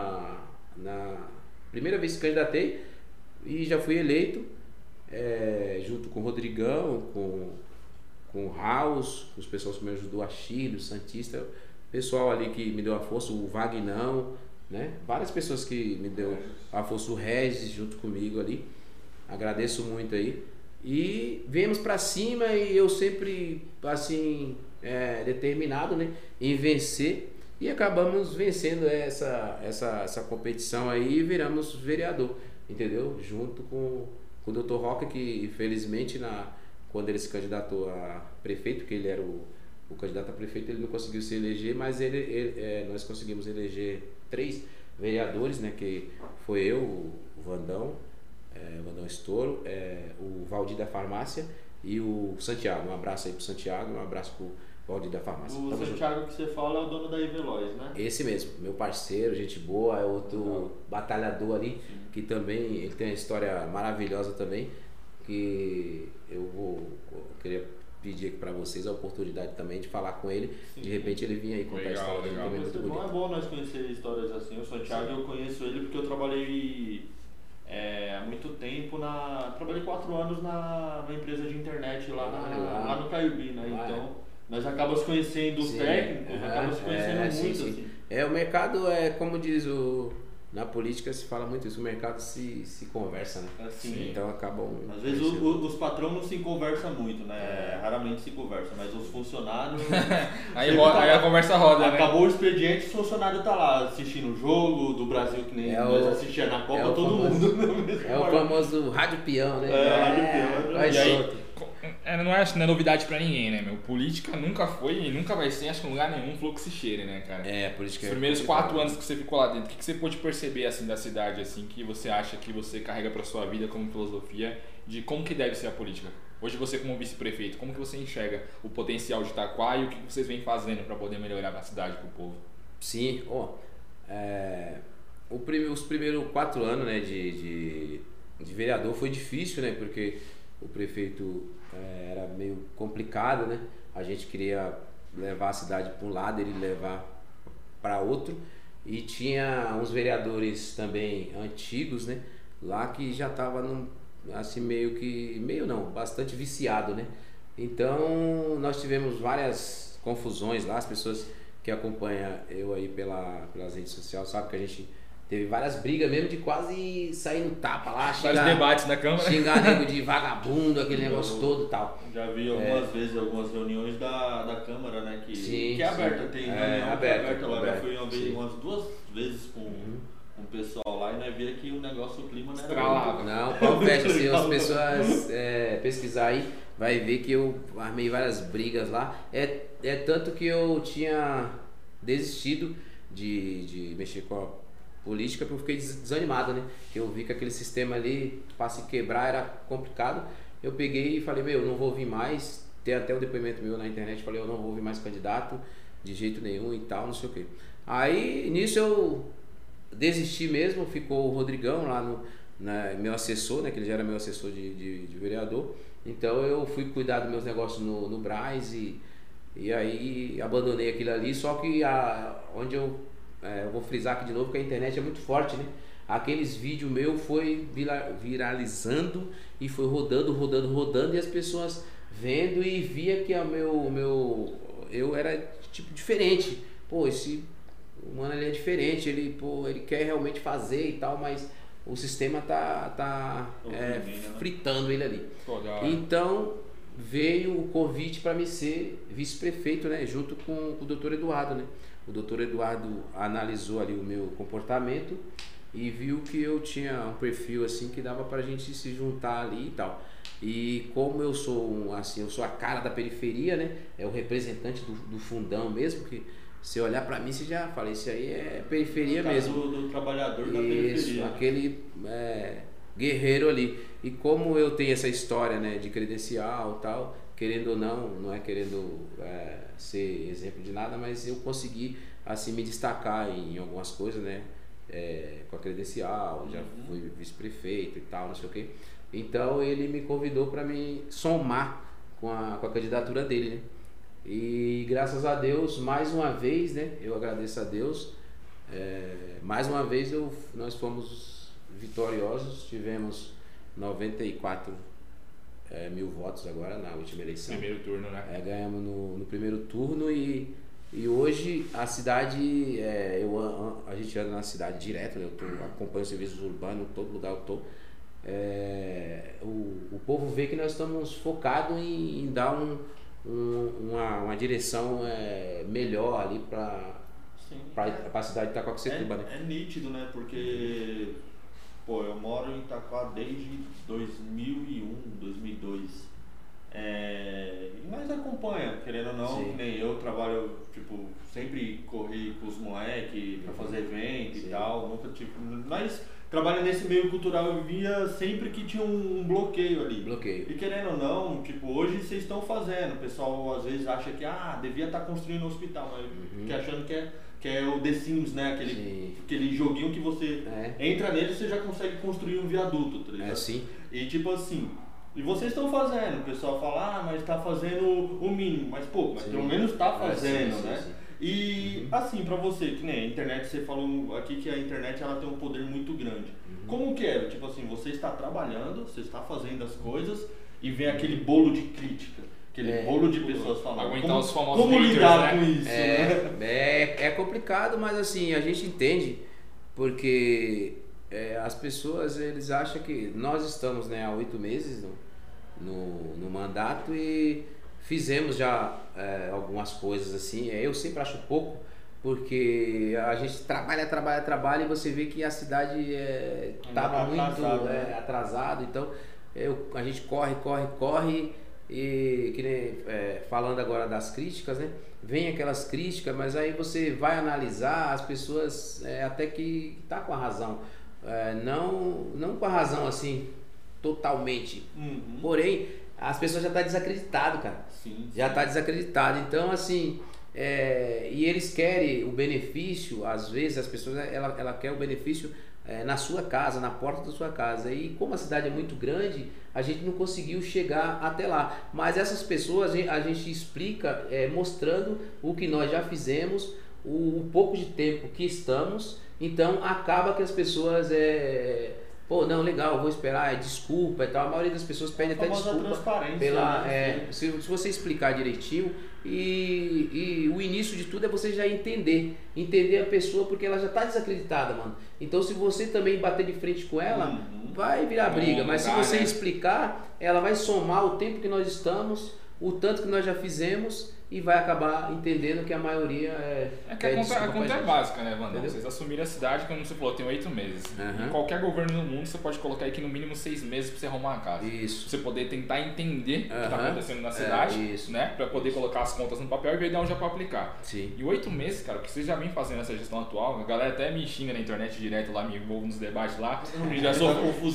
[SPEAKER 3] na primeira vez que candidatei e já fui eleito junto com o Rodrigão, com o Raus, os pessoas que me ajudou, a Chile, o Santista, o pessoal ali que me deu a força, o Vagnão, né? Várias pessoas que me deu a força, o Regis junto comigo ali. Agradeço muito aí. E viemos pra cima e eu sempre assim determinado, né, em vencer, e acabamos vencendo essa competição aí e viramos vereador, entendeu? Junto com o Dr. Roca, que infelizmente quando ele se candidatou a prefeito, que ele era o candidato a prefeito, ele não conseguiu se eleger, mas nós conseguimos eleger 3 vereadores, né, que foi eu, o Vandão, Vandão Estouro, o Valdir da Farmácia e o Santiago. Um abraço aí pro Santiago, um abraço pro Valdir da Farmácia.
[SPEAKER 2] O Santiago que você fala é o dono da Iveloz, né?
[SPEAKER 3] Esse mesmo, meu parceiro, gente boa, é outro batalhador ali. Sim. Que também ele tem uma história maravilhosa também, que eu queria pedir aqui para vocês a oportunidade também de falar com ele. Sim. De repente ele vinha aí contar a história dele também. Muito bonito.
[SPEAKER 2] É bom nós conhecer histórias assim. O Santiago, sim, eu conheço ele porque eu trabalhei há muito tempo trabalhei 4 anos na empresa de internet lá no Caiubi, né? Então nós acabamos conhecendo os técnicos, acabamos conhecendo muito, sim. Assim.
[SPEAKER 3] O mercado como diz na política se fala muito isso, o mercado se conversa, né?
[SPEAKER 2] Assim,
[SPEAKER 3] então acabam...
[SPEAKER 2] Às vezes os patrões não se conversam muito, né? Raramente se conversam, mas os funcionários...
[SPEAKER 1] aí a conversa roda,
[SPEAKER 2] acabou, né? O expediente, o funcionário tá lá assistindo o jogo do Brasil, que nem nós assistíamos na Copa, todo mundo.
[SPEAKER 3] O famoso rádio peão, né?
[SPEAKER 2] Rádio peão.
[SPEAKER 1] Não é novidade pra ninguém, né, meu? Política nunca foi e nunca vai ser, acho que em lugar nenhum, falou que se cheire, né, cara?
[SPEAKER 3] Política.
[SPEAKER 1] Os primeiros 4 anos que você ficou lá dentro, o que você pôde perceber, assim, da cidade, assim, que você acha que você carrega pra sua vida como filosofia de como que deve ser a política? Hoje você como vice-prefeito, como que você enxerga o potencial de Itaquá e o que vocês vêm fazendo pra poder melhorar a cidade pro povo?
[SPEAKER 3] Sim, os primeiros 4 anos, né, de vereador foi difícil, né, porque o prefeito era meio complicado, né? A gente queria levar a cidade para um lado, ele levar para outro, e tinha uns vereadores também antigos, né? Lá que já tava assim bastante viciado, né? Então nós tivemos várias confusões lá. As pessoas que acompanham eu aí pelas redes sociais sabem que a gente teve várias brigas mesmo de quase sair no tapa lá,
[SPEAKER 1] vários debates na Câmara.
[SPEAKER 3] Xingar nego de vagabundo, aquele negócio todo e tal.
[SPEAKER 2] Já vi algumas vezes, algumas reuniões da Câmara, né? Que é aberta, tem reunião
[SPEAKER 3] aberta
[SPEAKER 2] lá. Já fui umas 2 vezes com o pessoal lá e nós vimos que o negócio, o clima não era muito.
[SPEAKER 3] Não, o pau fecha, se as pessoas pesquisar aí, vai ver que eu armei várias brigas lá. É tanto que eu tinha desistido de mexer com a política, porque eu fiquei desanimado, né? Que eu vi que aquele sistema ali, para se quebrar, era complicado. Eu peguei e falei, não vou vir mais. Tem até um depoimento meu na internet, falei, eu não vou vir mais candidato de jeito nenhum e tal, não sei o quê. Aí, nisso eu desisti mesmo, ficou o Rodrigão lá meu assessor, né? Que ele já era meu assessor de vereador. Então eu fui cuidar dos meus negócios no Brás e aí abandonei aquilo ali, só que onde eu vou frisar aqui de novo que a internet é muito forte, né? Aqueles vídeos meus foi viralizando e foi rodando e as pessoas vendo e via que eu era tipo diferente. Pô, esse mano ele é diferente, ele quer realmente fazer e tal, mas o sistema tá fritando ele ali. Então veio o convite para me ser vice-prefeito, né? Junto com o Dr. Eduardo, né? O Dr. Eduardo analisou ali o meu comportamento e viu que eu tinha um perfil assim que dava pra gente se juntar ali e tal. E como eu sou eu sou a cara da periferia, né? É o representante do fundão mesmo, que se olhar pra mim você já fala, isso aí é periferia mesmo.
[SPEAKER 2] Do trabalhador da periferia.
[SPEAKER 3] Isso, aquele guerreiro ali. E como eu tenho essa história, né, de credencial e tal, querendo ou não é querendo ser exemplo de nada, mas eu consegui assim me destacar em algumas coisas, né, com a credencial, já fui vice-prefeito e tal, não sei o quê. Então ele me convidou para me somar com a candidatura dele, né? E graças a Deus, mais uma vez, né? Eu agradeço a Deus. Mais uma vez nós fomos vitoriosos, tivemos 94 mil votos agora na última eleição.
[SPEAKER 1] Primeiro turno, né?
[SPEAKER 3] Ganhamos no primeiro turno e hoje a cidade, a gente anda na cidade direto, né? Acompanho serviços urbanos, em todo lugar eu tô. O povo vê que nós estamos focados em dar uma direção melhor ali para a cidade de Itacoaquecetuba, né?
[SPEAKER 2] É nítido, né? Porque eu moro em Itaquá desde 2001, 2002. E nós acompanha, querendo ou não, que nem eu trabalho, tipo, sempre corri com os moleques pra fazer evento e tal, nunca nós trabalhando nesse meio cultural, eu via sempre que tinha um bloqueio ali. E querendo ou não, tipo, hoje vocês estão fazendo, o pessoal às vezes acha que devia estar construindo um hospital, mas fica achando que é o The Sims, né? Aquele joguinho que você entra nele e você já consegue construir um viaduto, tá ligado?
[SPEAKER 3] Sim.
[SPEAKER 2] E tipo assim, e vocês estão fazendo, o pessoal fala, mas tá fazendo o mínimo, mas pelo menos tá fazendo, né?
[SPEAKER 3] Sim.
[SPEAKER 2] E assim, pra você, que nem a internet, você falou aqui que a internet ela tem um poder muito grande. Como que é? Tipo assim, você está trabalhando, você está fazendo as coisas e vem aquele bolo de crítica. Aquele bolo de pessoas falando.
[SPEAKER 1] Aguentar os famosos
[SPEAKER 2] como
[SPEAKER 1] haters,
[SPEAKER 2] lidar
[SPEAKER 1] né?
[SPEAKER 2] com isso, né?
[SPEAKER 3] É complicado, mas assim, a gente entende, porque as pessoas, eles acham que nós estamos, né, há 8 meses no mandato e fizemos já algumas coisas assim. Eu sempre acho pouco, porque a gente trabalha e você vê que a cidade estava muito atrasado, então a gente corre e que nem, falando agora das críticas, né? Vem aquelas críticas, mas aí você vai analisar as pessoas até que tá com a razão, não com a razão assim totalmente, porém as pessoas já estão desacreditadas, cara.
[SPEAKER 2] Sim.
[SPEAKER 3] Já está desacreditado, então assim, e eles querem o benefício, às vezes as pessoas ela quer o benefício na sua casa, na porta da sua casa, e como a cidade é muito grande, a gente não conseguiu chegar até lá, mas essas pessoas a gente explica mostrando o que nós já fizemos, o pouco de tempo que estamos, então acaba que as pessoas não, legal, vou esperar, desculpa e tal. A maioria das pessoas pede até desculpa pela, se você explicar direitinho, e o início de tudo é você já entender a pessoa, porque ela já está desacreditada, mano. Então se você também bater de frente com ela, vai virar briga, mas se você explicar, ela vai somar o tempo que nós estamos, o tanto que nós já fizemos, e vai acabar entendendo que a maioria
[SPEAKER 1] a conta é básica, né, Wanda? Vocês assumiram a cidade, como você falou, tem 8 meses. Em qualquer governo no mundo, você pode colocar aqui no mínimo 6 meses pra você arrumar a casa.
[SPEAKER 3] Isso.
[SPEAKER 1] Você poder tentar entender o que tá acontecendo na cidade, né? Pra poder colocar as contas no papel e ver de onde já pra aplicar.
[SPEAKER 3] Sim.
[SPEAKER 1] E 8 meses, cara, o que vocês já vêm fazendo essa gestão atual, a galera até me xinga na internet direto lá, me envolvo nos debates lá. Já sou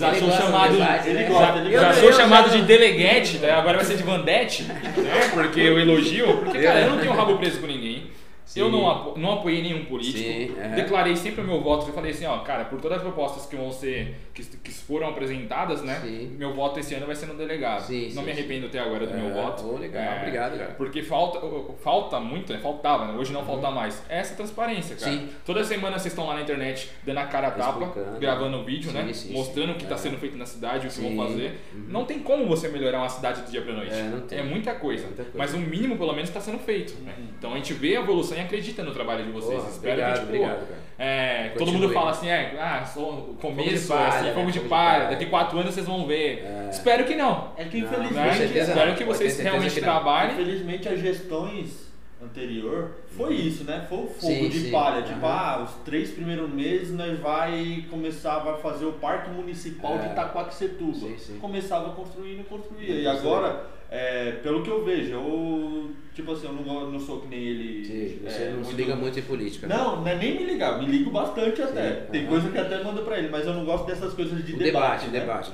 [SPEAKER 1] chamado de deleguete, né? Agora vai ser de Vandete, né? Porque eu elogio, porque, cara, eu não tenho rabo preso com ninguém. Sim. Eu não apoiei nenhum político. Sim, declarei sempre o meu voto. Eu falei assim, cara, por todas as propostas que vão ser, que foram apresentadas, né? Sim. Meu voto esse ano vai ser no delegado. Não me arrependo até agora do meu voto.
[SPEAKER 3] Legal, obrigado, cara.
[SPEAKER 1] Porque falta muito, né? Faltava, né? Hoje não falta mais. Essa transparência, cara. Sim. Toda semana vocês estão lá na internet dando a cara a tapa, gravando vídeo, né? Mostrando o que está sendo feito na cidade, o que vão fazer. Não tem como você melhorar uma cidade do dia pra noite. É muita coisa. Mas o mínimo, pelo menos, está sendo feito. Né? Então a gente vê a evolução e acredita no trabalho de vocês. Espero que,
[SPEAKER 3] obrigado,
[SPEAKER 1] todo mundo fala assim, só começo, fogo de palha, daqui 4 anos vocês vão ver. Espero que não.
[SPEAKER 2] É que infelizmente,
[SPEAKER 1] espero que vocês realmente trabalhem.
[SPEAKER 2] Infelizmente as gestões anterior foi isso, né? Foi o fogo de palha, tipo, os 3 primeiros meses nós vai fazer o parque municipal de Itacoaquecetuba. Começava construindo. E agora, pelo que eu vejo, tipo assim, eu não sou que nem ele.
[SPEAKER 3] Você não se liga muito em política.
[SPEAKER 2] Não é nem me ligar, me ligo bastante até. Tem coisa que até mando pra ele, mas eu não gosto dessas coisas de debate.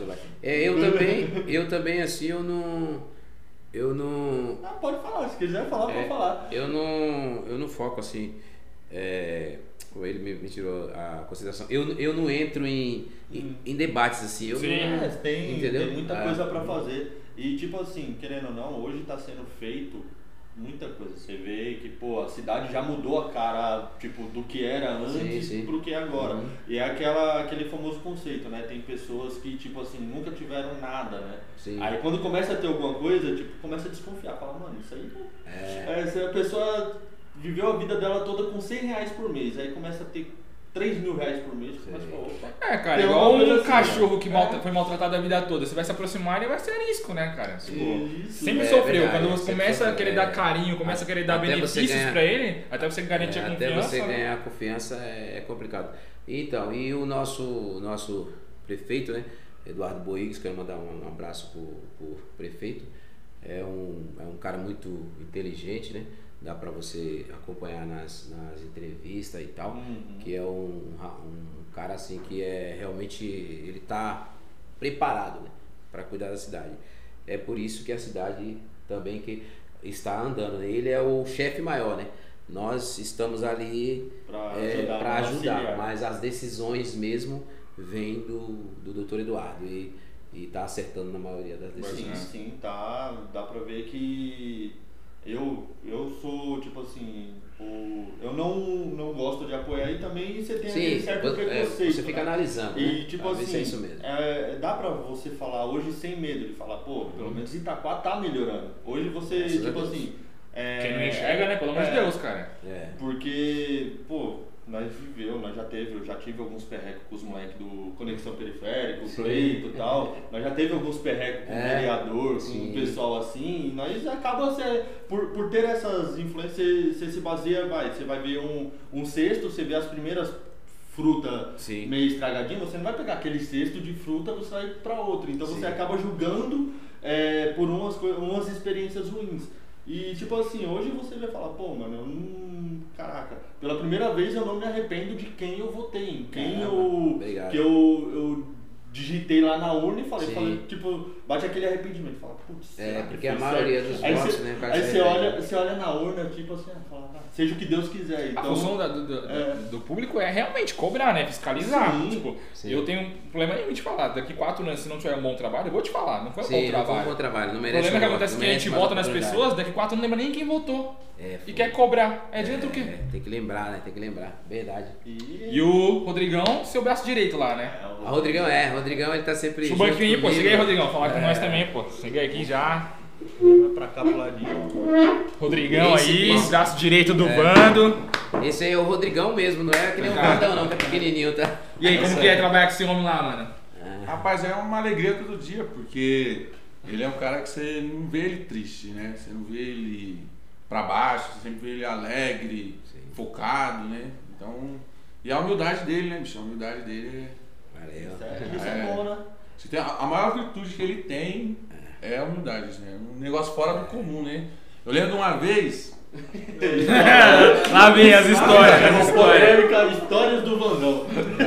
[SPEAKER 3] Eu também, assim, eu não.
[SPEAKER 2] Pode falar, se quiser falar, pode falar.
[SPEAKER 3] Eu não foco assim. Ele me tirou a consideração. Eu não entro em debates assim.
[SPEAKER 2] Tem muita coisa pra fazer. E tipo assim, querendo ou não, hoje tá sendo feito Muita coisa. Você vê que, pô, a cidade já mudou a cara, tipo, do que era antes pro que é agora. E é aquele famoso conceito, né? Tem pessoas que, tipo assim, nunca tiveram nada, né?
[SPEAKER 3] Sim.
[SPEAKER 2] Aí quando começa a ter alguma coisa, tipo, começa a desconfiar. Fala, mano, isso aí não... Se a pessoa viveu a vida dela toda com R$100 por mês, aí começa a ter R$3.000 por mês, começa a falar, opa.
[SPEAKER 1] Cara, igual um cachorro que foi maltratado a vida toda. Você vai se aproximar e ele vai ser arisco, né, cara? Tipo, sempre sofreu.
[SPEAKER 3] Verdade,
[SPEAKER 1] quando você começa a querer dar carinho, começa a querer dar benefícios pra ele, até você garantir a confiança.
[SPEAKER 3] Até você ganhar a confiança é complicado. Então, e o nosso prefeito, né, Eduardo Boigues, quero mandar um abraço pro prefeito. É um cara muito inteligente, né? Dá para você acompanhar nas entrevistas e tal, que é um cara assim que realmente ele tá preparado, né, para cuidar da cidade. É por isso que a cidade também que está andando, né? Ele é o chefe maior, né? Nós estamos ali para ajudar, mas as decisões mesmo vêm do Dr. Eduardo e tá acertando na maioria das decisões.
[SPEAKER 2] Sim, tá. Dá pra ver que eu sou, tipo assim, eu não gosto de apoiar e também você tem aquele certo preconceito.
[SPEAKER 3] Você fica analisando,
[SPEAKER 2] e,
[SPEAKER 3] né?
[SPEAKER 2] tipo assim,
[SPEAKER 3] é isso mesmo.
[SPEAKER 2] Dá pra você falar hoje sem medo de falar, pô, pelo menos Itaquá tá melhorando. Hoje você, tipo assim...
[SPEAKER 1] Quem não enxerga, né? Pelo amor de Deus, cara.
[SPEAKER 2] Porque, pô, eu já tive alguns perrecos com os moleques do Conexão Periférica, o Cleito e tal. Nós já teve alguns perrecos com o vereador, com o pessoal assim, e nós acaba por ter essas influências, você se baseia, você vai ver um cesto, você vê as primeiras frutas meio estragadinhas, você não vai pegar aquele cesto de fruta, você vai para outro. Então você acaba julgando por umas experiências ruins. E tipo assim, hoje você vai falar, pô, mano, caraca, pela primeira vez eu não me arrependo de quem eu votei, em quem eu digitei lá na urna e falei, tipo, bate aquele arrependimento, fala, putz,
[SPEAKER 3] porque a maioria dos votos, né?
[SPEAKER 2] Aí você olha na urna, tipo assim, fala, seja o que Deus quiser. Então,
[SPEAKER 1] a função do público é realmente cobrar, né? Fiscalizar. Tipo, eu tenho um problema nenhum de falar. Daqui 4 anos, se não tiver um bom trabalho, eu vou te falar. Não foi um bom trabalho.
[SPEAKER 3] Não foi um bom trabalho. Não merece.
[SPEAKER 1] O problema é que acontece que a gente vota nas pessoas, daqui 4 anos não lembra nem quem votou. E quer cobrar. Adianta o quê?
[SPEAKER 3] Tem que lembrar, né? Tem que lembrar. Verdade.
[SPEAKER 1] E o Rodrigão, seu braço direito lá, né?
[SPEAKER 3] O Rodrigão ele tá sempre.
[SPEAKER 1] Suba aqui aí, pô. Chega aí, Rodrigão. Falar com nós também, pô. Chega aqui já.
[SPEAKER 2] Vai pra cá pro ladinho.
[SPEAKER 1] Rodrigão aí, braço direito do bando.
[SPEAKER 3] Esse aí é o Rodrigão mesmo, não é que nem o Vandão não, que é pequenininho, tá?
[SPEAKER 1] E aí, como que é trabalhar com esse homem lá, mano?
[SPEAKER 4] Rapaz, é uma alegria todo dia, porque ele é um cara que você não vê ele triste, né? Você não vê ele pra baixo, você sempre vê ele alegre, focado, né? Então, e a humildade dele, né, bicho? A humildade dele
[SPEAKER 2] Isso é bom, né?
[SPEAKER 4] A maior virtude que ele tem é a humildade, né? Um negócio fora do comum, né? Eu lembro de uma vez...
[SPEAKER 1] Lá vem as histórias.
[SPEAKER 2] Histórias do Vandão.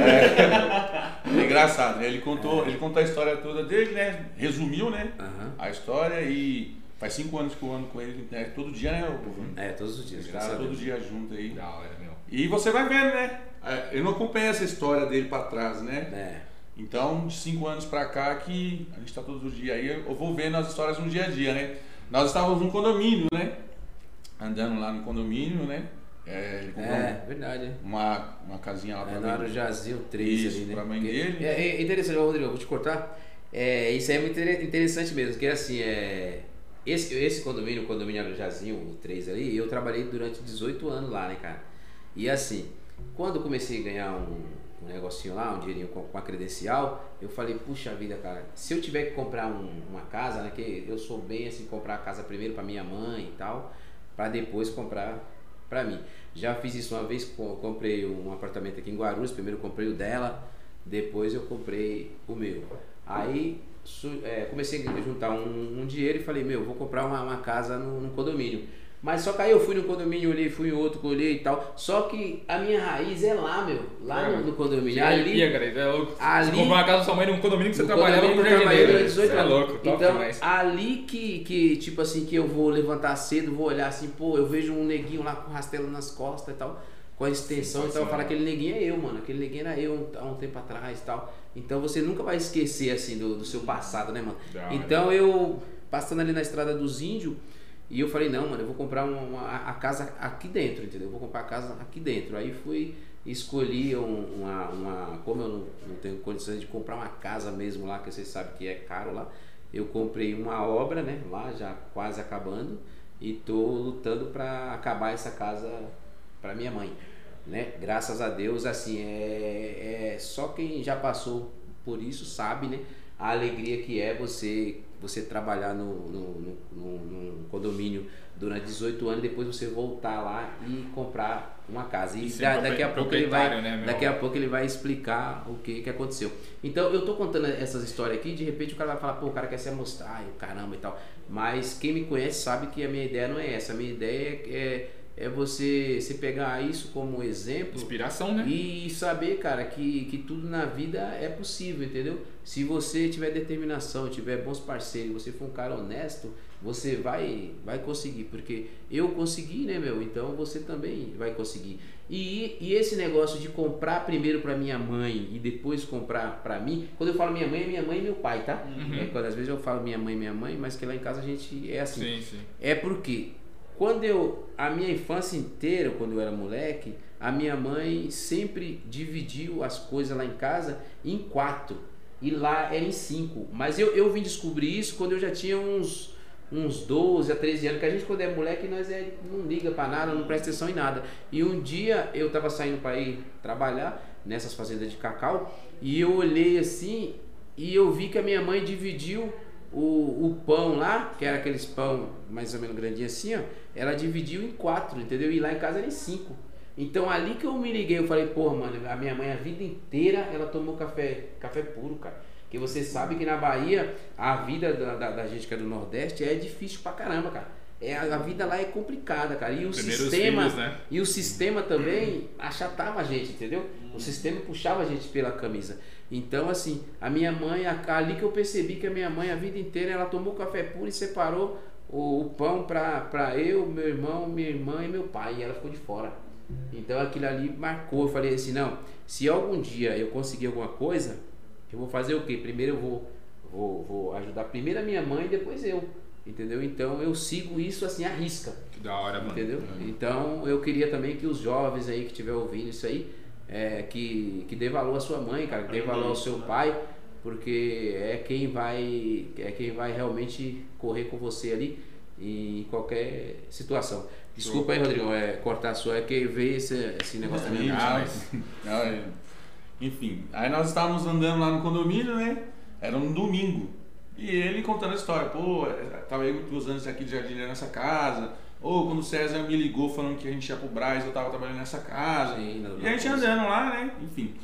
[SPEAKER 4] É engraçado, né? Ele contou a história toda dele, né? Resumiu, né? A história e faz 5 anos que eu ando com ele, né? Todo dia, né?
[SPEAKER 3] Todos os dias.
[SPEAKER 4] Todo dia junto aí.
[SPEAKER 1] Da hora, meu.
[SPEAKER 4] E você vai vendo, né? Eu não acompanho essa história dele pra trás, né? Então, de 5 anos pra cá que a gente tá todos os dias aí, eu vou vendo as histórias no dia a dia, né? Nós estávamos num condomínio, né? Andando lá no condomínio, né? Ele comprou
[SPEAKER 3] verdade.
[SPEAKER 4] uma casinha lá pra
[SPEAKER 3] na Arujazil 3 ali, né?
[SPEAKER 4] Pra mãe dele.
[SPEAKER 3] É interessante, Rodrigo, vou te cortar. Isso é muito interessante mesmo, porque assim, esse condomínio, o condomínio Arujazinho, o 3 ali, eu trabalhei durante 18 anos lá, né, cara? E assim, quando eu comecei a ganhar um negocinho lá, um dinheirinho com a credencial, eu falei, puxa vida, cara, se eu tiver que comprar uma casa, né, que eu sou bem assim, comprar a casa primeiro pra minha mãe e tal, pra depois comprar pra mim. Já fiz isso uma vez, comprei um apartamento aqui em Guarulhos, primeiro comprei o dela, depois eu comprei o meu. Aí comecei a juntar um dinheiro e falei, vou comprar uma casa num condomínio. Mas só que aí eu fui no condomínio, olhei, fui em outro, olhei e tal. Só que a minha raiz é lá, lá no condomínio.
[SPEAKER 1] Você comprou uma casa da sua mãe num condomínio que você trabalhava no Jardim Negro. Você é louco, top
[SPEAKER 3] então,
[SPEAKER 1] demais.
[SPEAKER 3] Ali que, tipo assim, que eu vou levantar cedo, vou olhar assim, pô, eu vejo um neguinho lá com rastelo nas costas e tal, com a extensão e tal, eu falo, aquele neguinho é eu, mano, aquele neguinho era eu há um tempo atrás e tal. Então você nunca vai esquecer, assim, do seu passado, né, mano? Então eu, passando ali na Estrada dos Índios, E eu falei, não, mano, eu vou comprar a casa aqui dentro, entendeu? Eu vou comprar a casa aqui dentro. Aí fui, escolhi como eu não tenho condições de comprar uma casa mesmo lá, que vocês sabem que é caro lá, eu comprei uma obra, né, lá já quase acabando, e tô lutando para acabar essa casa para minha mãe, né? Graças a Deus, assim, só quem já passou por isso sabe, né, a alegria que é você trabalhar num condomínio durante 18 anos e depois você voltar lá e comprar uma casa. E daqui a pouco ele vai explicar o que aconteceu. Então eu tô contando essas histórias aqui, de repente o cara vai falar, pô, o cara quer se amostrar, caramba e tal. Mas quem me conhece sabe que a minha ideia não é essa. A minha ideia é você pegar isso como exemplo,
[SPEAKER 1] inspiração, né?
[SPEAKER 3] E saber, cara, que tudo na vida é possível, entendeu? Se você tiver determinação, tiver bons parceiros, você for um cara honesto, você vai conseguir, porque eu consegui, né, meu? Então você também vai conseguir. E esse negócio de comprar primeiro para minha mãe e depois comprar para mim, quando eu falo minha mãe, é minha mãe e meu pai, tá? Quando às vezes eu falo minha mãe, mas que lá em casa a gente é assim.
[SPEAKER 1] Sim.
[SPEAKER 3] É porque a minha infância inteira, quando eu era moleque, a minha mãe sempre dividiu as coisas lá em casa em 4 e lá era em 5. Mas eu vim descobrir isso quando eu já tinha uns 12 a 13 anos, que a gente quando é moleque nós não liga pra nada, não presta atenção em nada. E um dia eu tava saindo para ir trabalhar nessas fazendas de cacau e eu olhei assim e eu vi que a minha mãe dividiu o pão lá, que era aqueles pão mais ou menos grandinho assim, ó, ela dividiu em 4, entendeu? E lá em casa era em 5. Então ali que eu me liguei, eu falei, porra, mano, a minha mãe a vida inteira ela tomou café puro, cara. Porque você sabe que na Bahia a vida da gente que é do Nordeste é difícil pra caramba, cara. A vida lá é complicada, cara. E o sistema, filhos, né? E o sistema também achatava a gente, entendeu? O sistema puxava a gente pela camisa. Então, assim, a minha mãe, ali que eu percebi que a minha mãe a vida inteira ela tomou café puro e separou o pão pra eu, meu irmão, minha irmã e meu pai. E ela ficou de fora. Então aquilo ali marcou. Eu falei assim, não, se algum dia eu conseguir alguma coisa, eu vou fazer o quê? Primeiro eu vou ajudar primeiro a minha mãe e depois eu. Entendeu? Então eu sigo isso assim à risca.
[SPEAKER 1] Que da hora, mano.
[SPEAKER 3] Entendeu? Então eu queria também que os jovens aí que estiver ouvindo isso aí, que dê valor à sua mãe, cara, que dê valor ao seu pai, porque é quem vai realmente correr com você ali em qualquer situação. Desculpa aí, Rodrigo, cortar a sua, que veio esse negócio da minha mente.
[SPEAKER 4] Enfim, aí nós estávamos andando lá no condomínio, né? Era um domingo. E ele contando a história, pô, tava eu 2 anos aqui de jardineiro nessa casa, ou quando o César me ligou falando que a gente ia pro Brás, eu tava trabalhando nessa casa. Sim, e a gente andando lá, né? Enfim.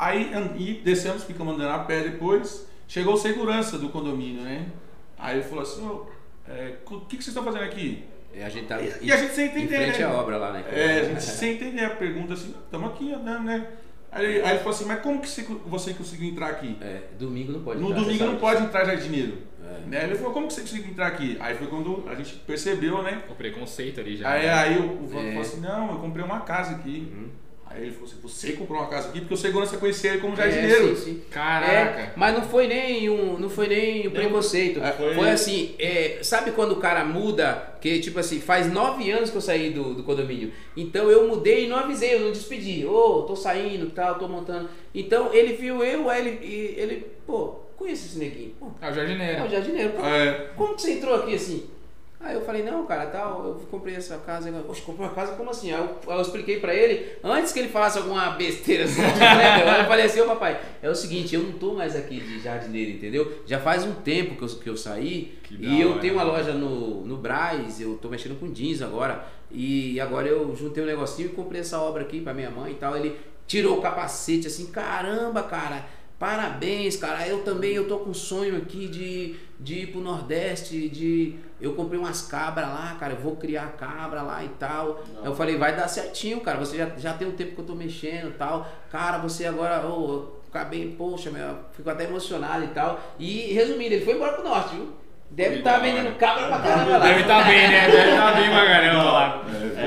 [SPEAKER 4] Aí descemos, ficamos andando a pé depois, chegou o segurança do condomínio, né? Aí ele falou assim, o que vocês estão fazendo aqui?
[SPEAKER 3] A gente tá
[SPEAKER 4] e a gente sem entender,
[SPEAKER 3] em frente à obra lá, né?
[SPEAKER 4] A gente sem entender a pergunta assim, estamos aqui andando, né? Aí ele falou assim, mas como que você conseguiu entrar aqui?
[SPEAKER 3] Domingo não pode entrar.
[SPEAKER 4] No domingo não pode entrar jardineiro. Né? Ele falou, como que você conseguiu entrar aqui? Aí foi quando a gente percebeu, né?
[SPEAKER 1] O preconceito ali já.
[SPEAKER 4] Aí o Vando falou assim, não, eu comprei uma casa aqui. Aí ele falou assim, você comprou uma casa aqui? Porque o segurança conhecia ele como jardineiro.
[SPEAKER 3] Sim.
[SPEAKER 1] Caraca.
[SPEAKER 3] Mas não foi nem o preconceito. Foi assim, sabe quando o cara muda, que tipo assim, faz 9 anos que eu saí do condomínio. Então eu mudei e não avisei, eu não despedi. Tô saindo, tal, tô montando. Então ele viu eu, aí ele pô, conheço esse neguinho. Pô,
[SPEAKER 1] é o jardineiro.
[SPEAKER 3] É o jardineiro. Como que você entrou aqui assim? Aí eu falei, não, cara, tal, eu comprei essa casa. Oxe, comprou uma casa? Como assim? Aí eu expliquei pra ele, antes que ele falasse alguma besteira assim, eu falei assim, papai, é o seguinte, eu não tô mais aqui de jardineiro, entendeu? Já faz um tempo que eu saí e eu tenho uma loja no Brás, eu tô mexendo com jeans agora, e agora eu juntei um negocinho e comprei essa obra aqui pra minha mãe e tal. Ele tirou o capacete assim, caramba, cara, parabéns, cara, eu tô com um sonho aqui de ir pro Nordeste, eu comprei umas cabras lá, cara, eu vou criar cabra lá e tal. Não. Eu falei, vai dar certinho, cara, você já tem um tempo que eu tô mexendo e tal. Cara, você agora, acabei, poxa, fico até emocionado e tal. E resumindo, ele foi embora pro Norte, viu? Deve estar vendendo cabra pra caramba lá.
[SPEAKER 1] Deve estar bem, né? Deve estar bem pra caramba lá.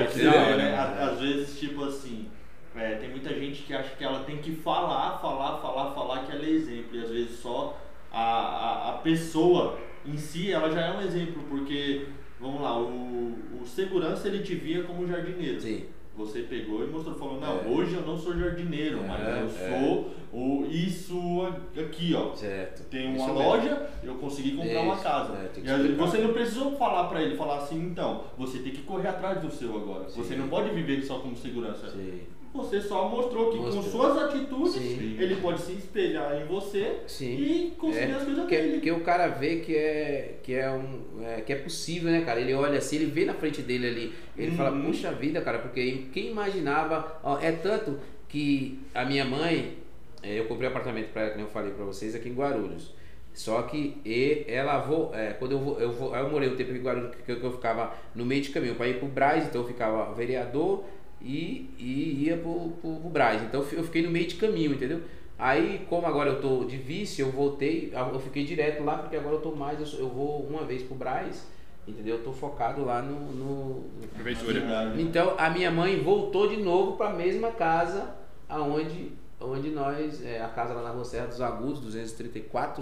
[SPEAKER 2] Às vezes, tipo assim, tem muita gente que acha que ela tem que falar que ela é exemplo. E às vezes só a pessoa em si, ela já é um exemplo, porque vamos lá, o segurança ele te via como jardineiro.
[SPEAKER 3] Sim.
[SPEAKER 2] Você pegou e mostrou, falou, não, hoje eu não sou jardineiro, mas eu sou isso aqui, ó.
[SPEAKER 3] Certo.
[SPEAKER 2] Tem uma loja, eu consegui comprar uma casa. E às vezes você não precisou falar pra ele, falar assim, então, você tem que correr atrás do seu agora. Sim. Você não pode viver só como segurança.
[SPEAKER 3] Sim.
[SPEAKER 2] Você só mostrou que com suas atitudes, ele pode se espelhar em você e conseguir as coisas dele.
[SPEAKER 3] Porque o cara vê que é possível, né, cara? Ele olha assim, ele vê na frente dele ali, ele fala, puxa vida, cara, porque quem imaginava... Ó, é tanto que a minha mãe, eu comprei um apartamento pra ela, como eu falei pra vocês, aqui em Guarulhos. Só que ela quando eu morei um tempo aqui em Guarulhos, que eu ficava no meio de caminho para ir pro Brás, então eu ficava vereador e ia pro Brás. Então eu fiquei no meio de caminho, entendeu? Aí, como agora eu tô de vice, eu voltei, eu fiquei direto lá, porque agora eu tô mais, eu vou uma vez pro Brás, entendeu? Eu tô focado lá no
[SPEAKER 1] Prefeitura.
[SPEAKER 3] Então a minha mãe voltou de novo para a mesma casa onde nós, a casa lá na Rua Serra dos Agudos, 234,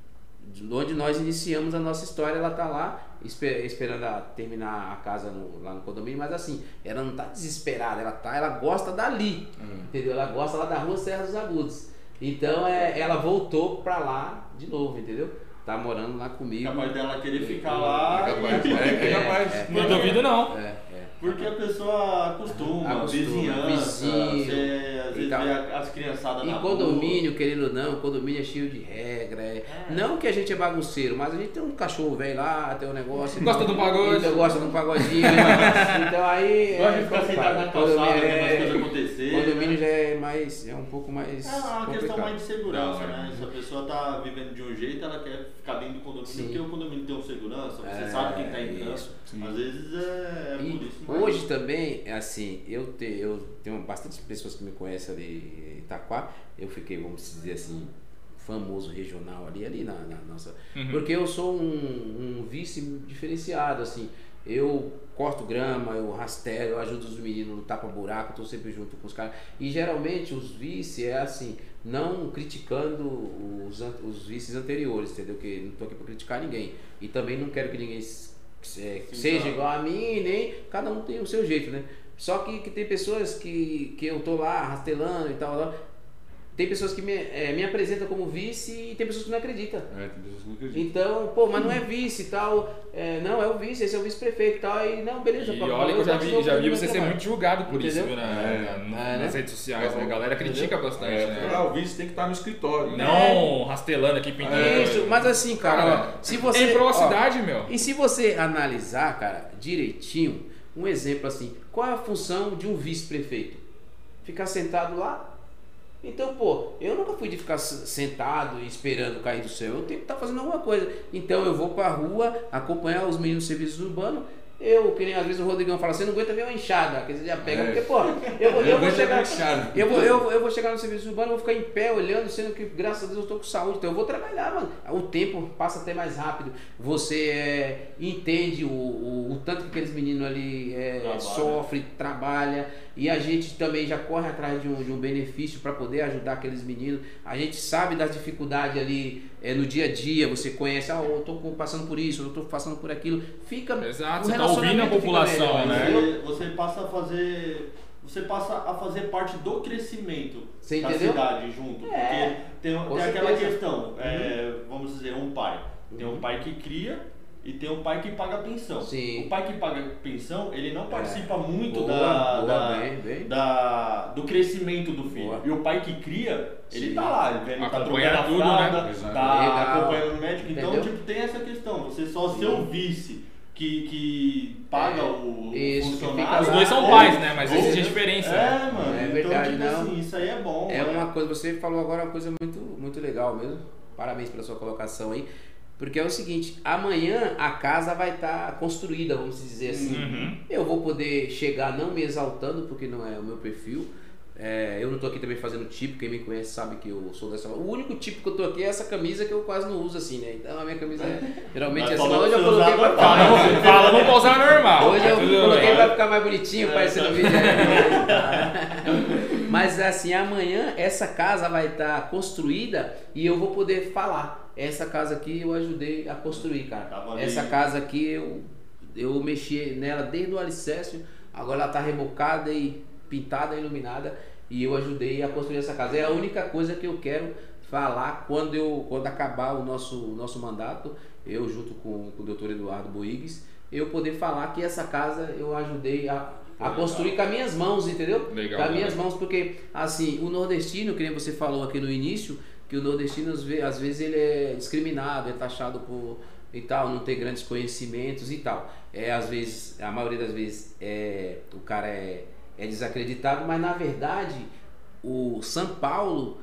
[SPEAKER 3] onde nós iniciamos a nossa história. Ela tá lá esperando terminar a casa lá no condomínio, mas assim, ela não tá desesperada, ela gosta dali, entendeu? Ela gosta lá da Rua Serra dos Agudos. Então ela voltou pra lá de novo, entendeu? Tá morando lá comigo.
[SPEAKER 2] É capaz dela querer ficar lá.
[SPEAKER 4] É capaz.
[SPEAKER 1] Não duvido não.
[SPEAKER 2] Porque a pessoa acostuma vizinhança, às vezes vê as criançadas na rua.
[SPEAKER 3] E condomínio, querendo ou não, condomínio é cheio de regra. Não que a gente é bagunceiro, mas a gente tem um cachorro velho lá, tem um negócio.
[SPEAKER 1] Gosta do pagode.
[SPEAKER 3] Então gosta do pagodinho. Então aí.
[SPEAKER 2] Gosta de ficar sentado na calçada, vendo as coisas acontecer.
[SPEAKER 3] Condomínio já é um pouco mais.
[SPEAKER 2] É uma questão mais de segurança, né? Se a pessoa tá vivendo de um jeito, ela quer ficar dentro do condomínio, porque o condomínio tem um segurança, você sabe quem tá entrando. Às vezes é por isso.
[SPEAKER 3] Hoje também, assim, eu tenho bastante pessoas que me conhecem ali em Itaquá. Eu fiquei, vamos dizer assim, famoso regional ali na nossa... Porque eu sou um vice diferenciado, assim. Eu corto grama, eu rastelo, eu ajudo os meninos no tapa-buraco, estou sempre junto com os caras. E geralmente os vices é assim, não criticando os vices anteriores, entendeu? Que não estou aqui para criticar ninguém. E também não quero que ninguém seja igual a mim, nem cada um tem o seu jeito, né? Só que tem pessoas que eu tô lá rastelando e tal, tem pessoas que me apresentam como vice e tem pessoas que não acreditam.
[SPEAKER 4] Tem pessoas que não acreditam.
[SPEAKER 3] Então, pô, mas não é vice e tal, não, é o vice, esse é o vice-prefeito e tal, e não, beleza.
[SPEAKER 1] E olha que eu já vi você ser muito julgado por isso, viu, nas redes sociais, né? A galera critica bastante, né?
[SPEAKER 4] O vice tem que estar no escritório.
[SPEAKER 1] Não rastelando aqui, pintando.
[SPEAKER 3] Isso, mas assim, cara, se você...
[SPEAKER 1] Tem proximidade, meu.
[SPEAKER 3] E se você analisar, cara, direitinho, um exemplo assim, qual é a função de um vice-prefeito? Ficar sentado lá? Então, pô, eu nunca fui de ficar sentado e esperando cair do céu. Eu tenho que estar fazendo alguma coisa. Então eu vou pra rua acompanhar os meninos do serviço urbano. Que nem às vezes o Rodrigão fala, você não aguenta ver uma enxada, que você já pega, porque, pô, eu vou chegar no serviço urbano, vou ficar em pé olhando, sendo que graças a Deus eu tô com saúde, então eu vou trabalhar, mano. O tempo passa até mais rápido, você entende o tanto que aqueles meninos ali sofrem, trabalham, e a gente também já corre atrás de um benefício para poder ajudar aqueles meninos. A gente sabe das dificuldades ali no dia a dia, você conhece, eu tô passando por isso, eu tô passando por aquilo, fica...
[SPEAKER 1] Exato, você tá ouvindo a população, né?
[SPEAKER 2] Você passa a fazer parte do crescimento da
[SPEAKER 3] entendeu?
[SPEAKER 2] Cidade junto, porque tem aquela questão, vamos dizer, um pai, tem um pai que cria e tem um pai que paga pensão.
[SPEAKER 3] Sim.
[SPEAKER 2] O pai que paga pensão, ele não participa muito do crescimento do filho.
[SPEAKER 3] Boa.
[SPEAKER 2] E o pai que cria, ele tá lá, ele tá trocando a
[SPEAKER 1] tudo,
[SPEAKER 2] fralda,
[SPEAKER 1] né?
[SPEAKER 2] tá acompanhando o médico. Então,
[SPEAKER 3] Entendeu?
[SPEAKER 2] tipo, tem essa questão. Você só ser o vice que paga o funcionário.
[SPEAKER 1] Os dois são pais, né? Mas existe a diferença.
[SPEAKER 2] Mano.
[SPEAKER 3] É verdade,
[SPEAKER 2] então, tipo
[SPEAKER 3] não.
[SPEAKER 2] assim, isso aí é bom.
[SPEAKER 3] É uma coisa, você falou agora uma coisa muito, muito legal mesmo. Parabéns pela sua colocação aí. Porque é o seguinte, amanhã a casa vai estar construída, vamos dizer assim. Eu vou poder chegar não me exaltando, porque não é o meu perfil. Eu não estou aqui também fazendo tipo, quem me conhece sabe que eu sou dessa. O único tipo que eu tô aqui é essa camisa que eu quase não uso assim, né? Então a minha camisa geralmente assim. Hoje eu coloquei pra ficar.
[SPEAKER 1] Fala, vamos pausar normal.
[SPEAKER 3] Hoje eu coloquei pra ficar mais bonitinho, parecendo vídeo. Mas assim, amanhã essa casa vai estar construída e eu vou poder falar. Essa casa aqui eu ajudei a construir, cara. Essa casa aqui eu eu mexi nela desde o alicerce, agora ela está rebocada e pintada, iluminada, e eu ajudei a construir essa casa. É a única coisa que eu quero falar quando acabar o nosso mandato, eu junto com o Dr. Eduardo Boigues, eu poder falar que essa casa eu ajudei a construir com as minhas mãos, entendeu?
[SPEAKER 1] Legal,
[SPEAKER 3] com as minhas mãos, porque assim, o nordestino, que nem você falou aqui no início, que o nordestino às vezes ele é discriminado, é taxado por e tal, não ter grandes conhecimentos e tal. Às vezes, a maioria das vezes o cara é desacreditado, mas na verdade o São Paulo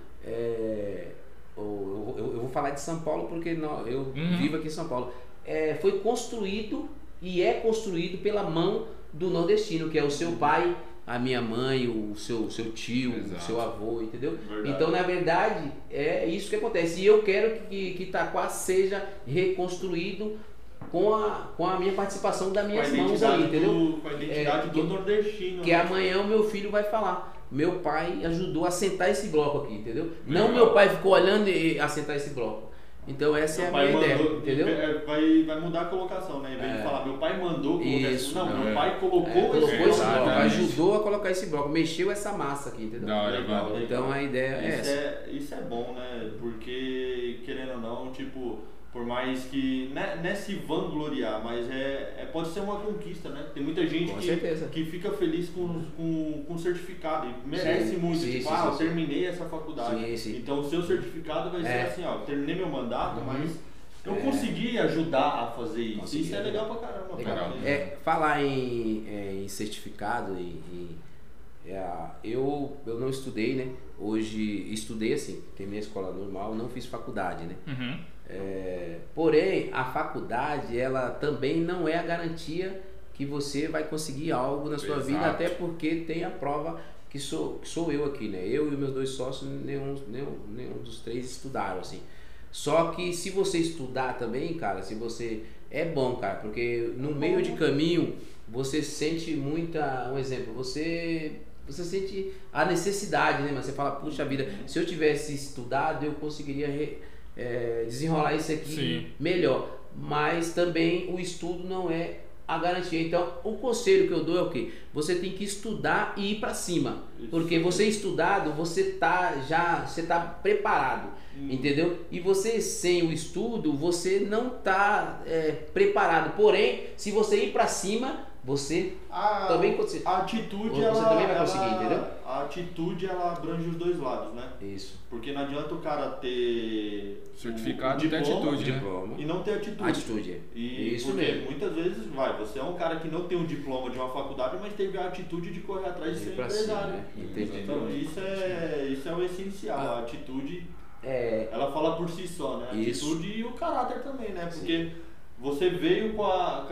[SPEAKER 3] eu vou falar de São Paulo porque eu vivo aqui em São Paulo. Foi construído e é construído pela mão do nordestino, que é o seu pai, a minha mãe, o seu tio, o seu avô, entendeu? Verdade. Então, na verdade, é isso que acontece. E eu quero que Itaquá seja reconstruído com a minha participação das minhas mãos ali, entendeu?
[SPEAKER 2] Com a identidade do nordestino.
[SPEAKER 3] Que amanhã o meu filho vai falar. Meu pai ajudou a assentar esse bloco aqui, entendeu? Não meu pai ficou olhando e assentar esse bloco. Então essa é a minha ideia, entendeu?
[SPEAKER 2] Vai mudar a colocação, né? Em vez de falar, meu pai mandou colocar esse bloco. Não, meu pai colocou esse
[SPEAKER 3] bloco, ajudou a colocar esse bloco, mexeu essa massa aqui, entendeu?
[SPEAKER 2] Legal.
[SPEAKER 3] Então a ideia é essa.
[SPEAKER 2] Isso é bom, né? Porque, querendo ou não, tipo, por mais que, não é se vangloriar, mas pode ser uma conquista, né? Tem muita gente que fica feliz com certificado e merece muito. Eu terminei essa faculdade. Então o seu certificado vai ser assim, ó, terminei meu mandato, mas eu consegui ajudar a fazer isso. Isso é legal pra caramba.
[SPEAKER 3] Legal. Falar em certificado eu não estudei, né? Hoje estudei assim, terminei a escola normal, não fiz faculdade, né? Porém, a faculdade, ela também não é a garantia que você vai conseguir algo na sua vida, até porque tem a prova que sou eu aqui, né? Eu e meus 2 sócios, nenhum dos 3 estudaram, assim. Só que se você estudar também, cara, se você... É bom, cara, porque no meio de caminho, você sente um exemplo, você sente a necessidade, né? Mas você fala, puxa vida, se eu tivesse estudado, eu conseguiria desenrolar isso aqui melhor. Mas também o estudo não é a garantia. Então, o conselho que eu dou é o quê? Você tem que estudar e ir para cima. Porque você estudado, você tá preparado, entendeu? E você sem o estudo, você não tá preparado. Porém, se você ir para cima, você também consegue.
[SPEAKER 2] A atitude,
[SPEAKER 3] você também vai conseguir, entendeu?
[SPEAKER 2] A atitude, ela abrange os 2 lados, né?
[SPEAKER 3] Isso.
[SPEAKER 2] Porque não adianta o cara ter
[SPEAKER 1] certificado e ter atitude, né?
[SPEAKER 2] E não ter atitude.
[SPEAKER 3] Isso
[SPEAKER 2] porque
[SPEAKER 3] mesmo.
[SPEAKER 2] muitas vezes você é um cara que não tem um diploma de uma faculdade, mas teve a atitude de correr atrás de ser empresário.
[SPEAKER 3] Né?
[SPEAKER 2] Então isso é o essencial. A atitude, ela fala por si só, né? A atitude e o caráter também, né? Porque você veio com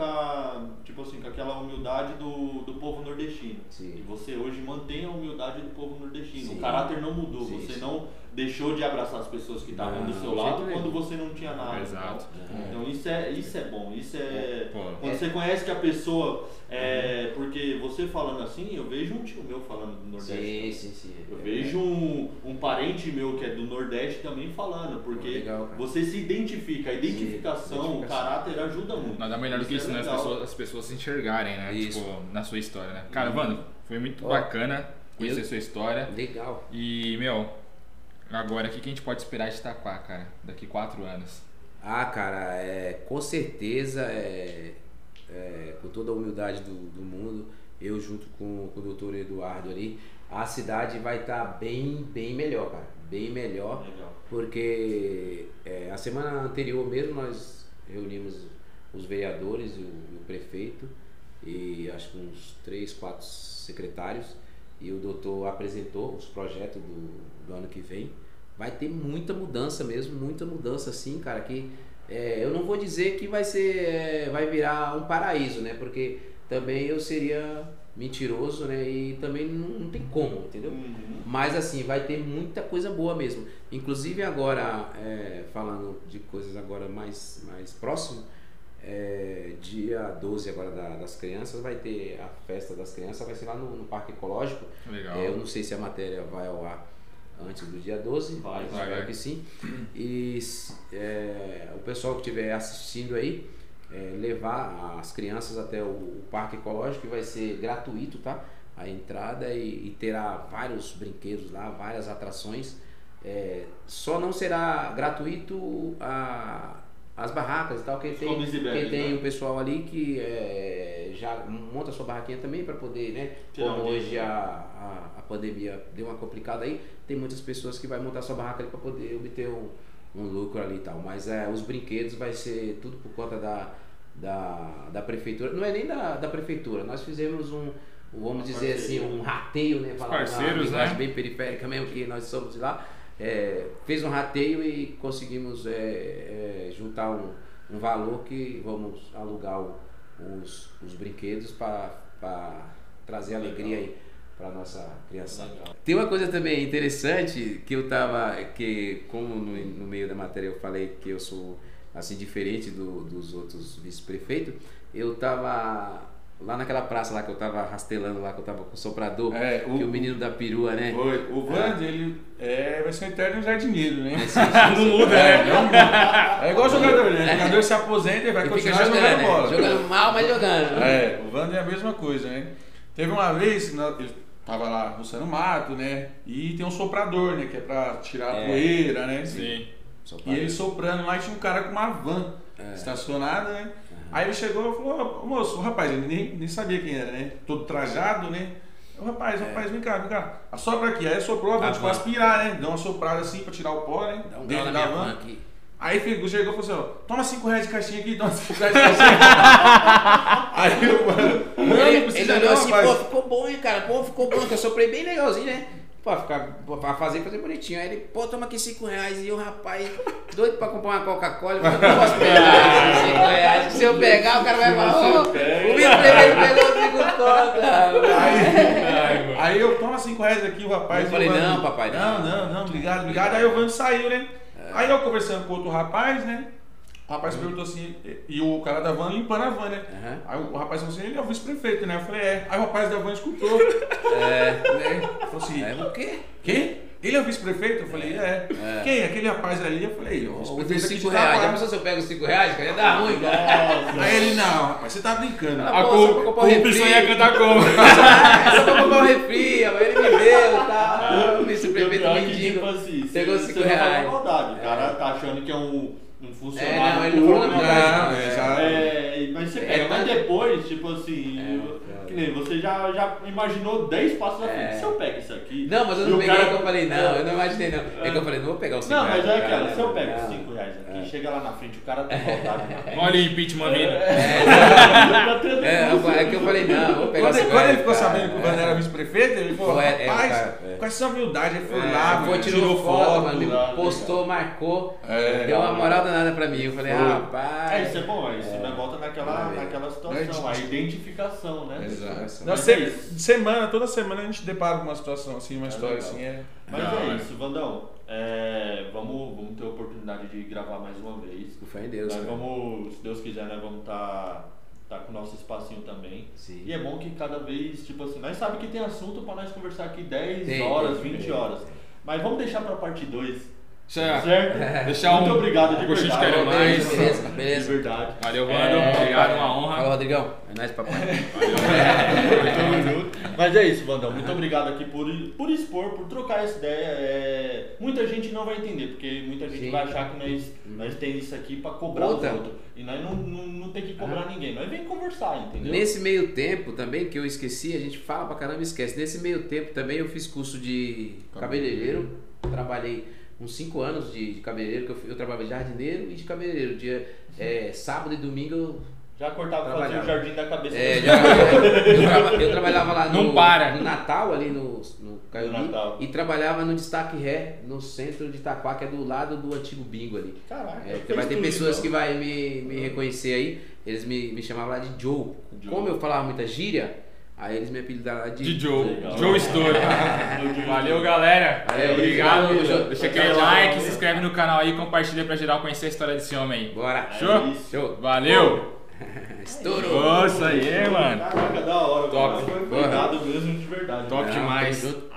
[SPEAKER 2] aquela humildade do povo nordestino. E você hoje mantém a humildade do povo nordestino. O caráter não mudou. Você não deixou de abraçar as pessoas que estavam do seu lado quando você não tinha nada.
[SPEAKER 1] Exato.
[SPEAKER 2] Então isso é bom. Quando você conhece que a pessoa... porque você falando assim, eu vejo um tio meu falando do Nordeste. Eu vejo um parente meu que é do Nordeste também falando. Porque você se identifica. A identificação, o caráter ajuda muito.
[SPEAKER 1] Nada melhor do que isso, né? As pessoas se enxergarem, né? Tipo, na sua história, né? Cara, Wando, foi muito bacana conhecer sua história.
[SPEAKER 3] Legal.
[SPEAKER 1] E, agora o que a gente pode esperar de Itaquá, cara? Daqui 4 anos.
[SPEAKER 3] Cara, com certeza, com toda a humildade do mundo, eu junto com o doutor Eduardo ali, a cidade vai estar bem melhor, cara. Bem melhor.
[SPEAKER 2] Legal.
[SPEAKER 3] Porque a semana anterior mesmo nós reunimos os vereadores e o prefeito e acho que uns 3, 4 secretários, e o doutor apresentou os projetos do ano que vem. Vai ter muita mudança mesmo, muita mudança assim, cara, que eu não vou dizer que vai virar um paraíso, né? Porque também eu seria mentiroso, né? E também não tem como, entendeu? Mas assim, vai ter muita coisa boa mesmo. Inclusive agora, falando de coisas agora mais próximo, dia 12 agora das crianças, vai ter a festa das crianças, vai ser lá no Parque Ecológico.
[SPEAKER 1] Legal.
[SPEAKER 3] Eu não sei se a matéria vai ao ar antes do dia 12, mas espero que sim. E o pessoal que estiver assistindo aí, levar as crianças até o parque ecológico, que vai ser gratuito, tá? A entrada e terá vários brinquedos lá, várias atrações. Só não será gratuito as barracas e tal, que tem o pessoal ali que já monta sua barraquinha também para poder, né? Como hoje a pandemia deu uma complicada aí, tem muitas pessoas que vai montar sua barraca ali para poder obter um lucro ali e tal. Mas os brinquedos vai ser tudo por conta da prefeitura. Não é nem da prefeitura, nós fizemos vamos dizer assim, um rateio, né?
[SPEAKER 1] Parceiros,
[SPEAKER 3] né? Bem periférica mesmo, que nós somos de lá. Fez um rateio e conseguimos juntar um valor que vamos alugar os brinquedos para trazer alegria aí para nossa criança. Tem uma coisa também interessante que como no meio da matéria eu falei que eu sou assim diferente dos outros vice-prefeitos, eu tava lá naquela praça lá que eu tava rastelando lá, que eu tava com o soprador, que o menino da perua, né?
[SPEAKER 4] O Wander, ele vai ser um eterno jardineiro, né?
[SPEAKER 1] Não muda, né?
[SPEAKER 4] É igual jogador, né? O jogador se aposenta e vai continuar jogando bola.
[SPEAKER 3] Jogando mal, mas jogando.
[SPEAKER 4] O Wander é a mesma coisa, né? Teve uma vez, ele tava lá roçando mato, né? E tem um soprador, né? Que é pra tirar a poeira, né?
[SPEAKER 1] Sim.
[SPEAKER 4] E ele soprando lá, e tinha um cara com uma van estacionada, né? Aí ele chegou e falou, moço, o rapaz, ele nem sabia quem era, né? Todo trajado, né? O rapaz, vem cá. Assopra aqui. Aí soprou, vou tipo aspirar, né? Deu uma soprada assim pra tirar o pó, né? Dentro da van aqui. Aí chegou e falou assim, ó, toma R$5 de caixinha aqui, toma R$5 de caixinha. Aí eu, mano,
[SPEAKER 3] não precisa não, assim, rapaz. Pô, ficou bom, hein, cara? Pô, ficou bom, que eu soprei bem legalzinho, né? Pra fazer bonitinho. Aí ele, pô, toma aqui R$5. E o rapaz, doido pra comprar uma Coca-Cola, eu falei, não posso pegar R$5. Se eu pegar, o cara vai falar, o vice-prefeito pegou o segundo conta.
[SPEAKER 4] Aí eu, toma R$5 aqui, o rapaz.
[SPEAKER 3] Eu falei, não, papai,
[SPEAKER 4] não, obrigado. Aí o Vando saiu, né? Aí eu conversando com outro rapaz, né? O rapaz perguntou assim, e o cara da van limpando a van, né? Aí o rapaz falou assim, ele é o vice-prefeito, né? Eu falei, Aí o rapaz da van escutou. Né? Falou assim,
[SPEAKER 3] o quê?
[SPEAKER 4] Quem? Ele é o vice-prefeito? Eu falei, Quem? Aquele rapaz ali? Eu falei, o vice-prefeito aqui de
[SPEAKER 3] R$5. Já pensou se eu pego os R$5? Cara, ia dar ruim, cara.
[SPEAKER 4] Aí ele, não, rapaz, você tá brincando.
[SPEAKER 1] A corrupção ia cantar como?
[SPEAKER 3] Só pra comprar um refri, mas ele me deu e tal. O vice-prefeito mendigo.
[SPEAKER 2] Tipo assim,
[SPEAKER 3] pegou
[SPEAKER 2] R$5. O cara tá achando que é um funcionário.
[SPEAKER 3] Não, ele não falou
[SPEAKER 2] mas você pega, mas depois, tipo assim, que nem você já imaginou 10 passos à frente. Se eu pego isso aqui.
[SPEAKER 3] Não, mas eu não peguei, que eu falei, não, eu não imaginei, não. É que eu falei, não vou pegar os R$5.
[SPEAKER 2] Não, mas é aquela, se eu pego os R$5 aqui, chega lá na frente, o cara tem vontade.
[SPEAKER 1] Olha o impeachment vindo.
[SPEAKER 3] É que eu falei, não, vou pegar os R$5.
[SPEAKER 4] Quando ele ficou sabendo que o Wander era vice-prefeito, ele falou, rapaz, com essa humildade, ele foi lá,
[SPEAKER 3] tirou foto, postou, marcou, deu uma moral danada pra mim. Eu falei, rapaz.
[SPEAKER 2] Isso é bom, isso volta naquela situação, a identificação, né?
[SPEAKER 4] Exato. Toda semana a gente depara com uma situação assim, uma história
[SPEAKER 2] legal.
[SPEAKER 4] assim.
[SPEAKER 2] Mas isso, Vandão. Vamos ter a oportunidade de gravar mais uma vez.
[SPEAKER 3] Com fé em Deus.
[SPEAKER 2] Nós vamos, se Deus quiser, nós vamos estar com o nosso espacinho também.
[SPEAKER 3] Sim.
[SPEAKER 2] E é bom que cada vez, tipo assim, nós sabemos que tem assunto para nós conversar aqui 10 horas, 20 horas. Mas vamos deixar para a parte 2. Certo?
[SPEAKER 1] Deixar
[SPEAKER 2] muito obrigado de
[SPEAKER 1] verdade.
[SPEAKER 2] Quero
[SPEAKER 1] mais.
[SPEAKER 3] Beleza.
[SPEAKER 2] De verdade.
[SPEAKER 1] Valeu, Vando. Obrigado, uma honra.
[SPEAKER 3] Valeu, Rodrigão. É nóis, papai.
[SPEAKER 2] Valeu. Mas é isso, Vandão. Muito obrigado aqui por expor, por trocar essa ideia. Muita gente não vai entender, porque muita gente vai achar que nós temos isso aqui para cobrar os outros. E nós não tem que cobrar ninguém. Nós vem conversar, entendeu?
[SPEAKER 3] Nesse meio tempo também, que eu esqueci, a gente fala pra caramba e esquece. Nesse meio tempo também eu fiz curso de cabeleireiro. Trabalhei uns 5 anos de cabeleireiro, que eu trabalhava de jardineiro e de cabeleireiro. Sábado e domingo eu
[SPEAKER 2] já cortava e fazia o jardim da cabeça.
[SPEAKER 3] Eu trabalhava lá
[SPEAKER 1] no
[SPEAKER 3] Natal, ali no Caiubi, e trabalhava no Destaque Ré, no centro de Itaquá, que é do lado do antigo bingo ali.
[SPEAKER 2] Caraca,
[SPEAKER 3] vai ter pessoas que vai me reconhecer aí, eles me chamavam lá de Joe. Como eu falava muita gíria, aí eles me apelidaram lá de
[SPEAKER 1] Joe. Joe Story. Valeu, galera. Obrigado. Deixa aquele like, se inscreve no canal aí, compartilha pra geral conhecer a história desse homem aí.
[SPEAKER 3] Bora.
[SPEAKER 1] Show? Valeu.
[SPEAKER 3] Estourou.
[SPEAKER 1] Isso aí, mano.
[SPEAKER 2] Caraca, da hora.
[SPEAKER 1] Top.
[SPEAKER 2] Foi obrigado mesmo, de verdade.
[SPEAKER 1] Top demais.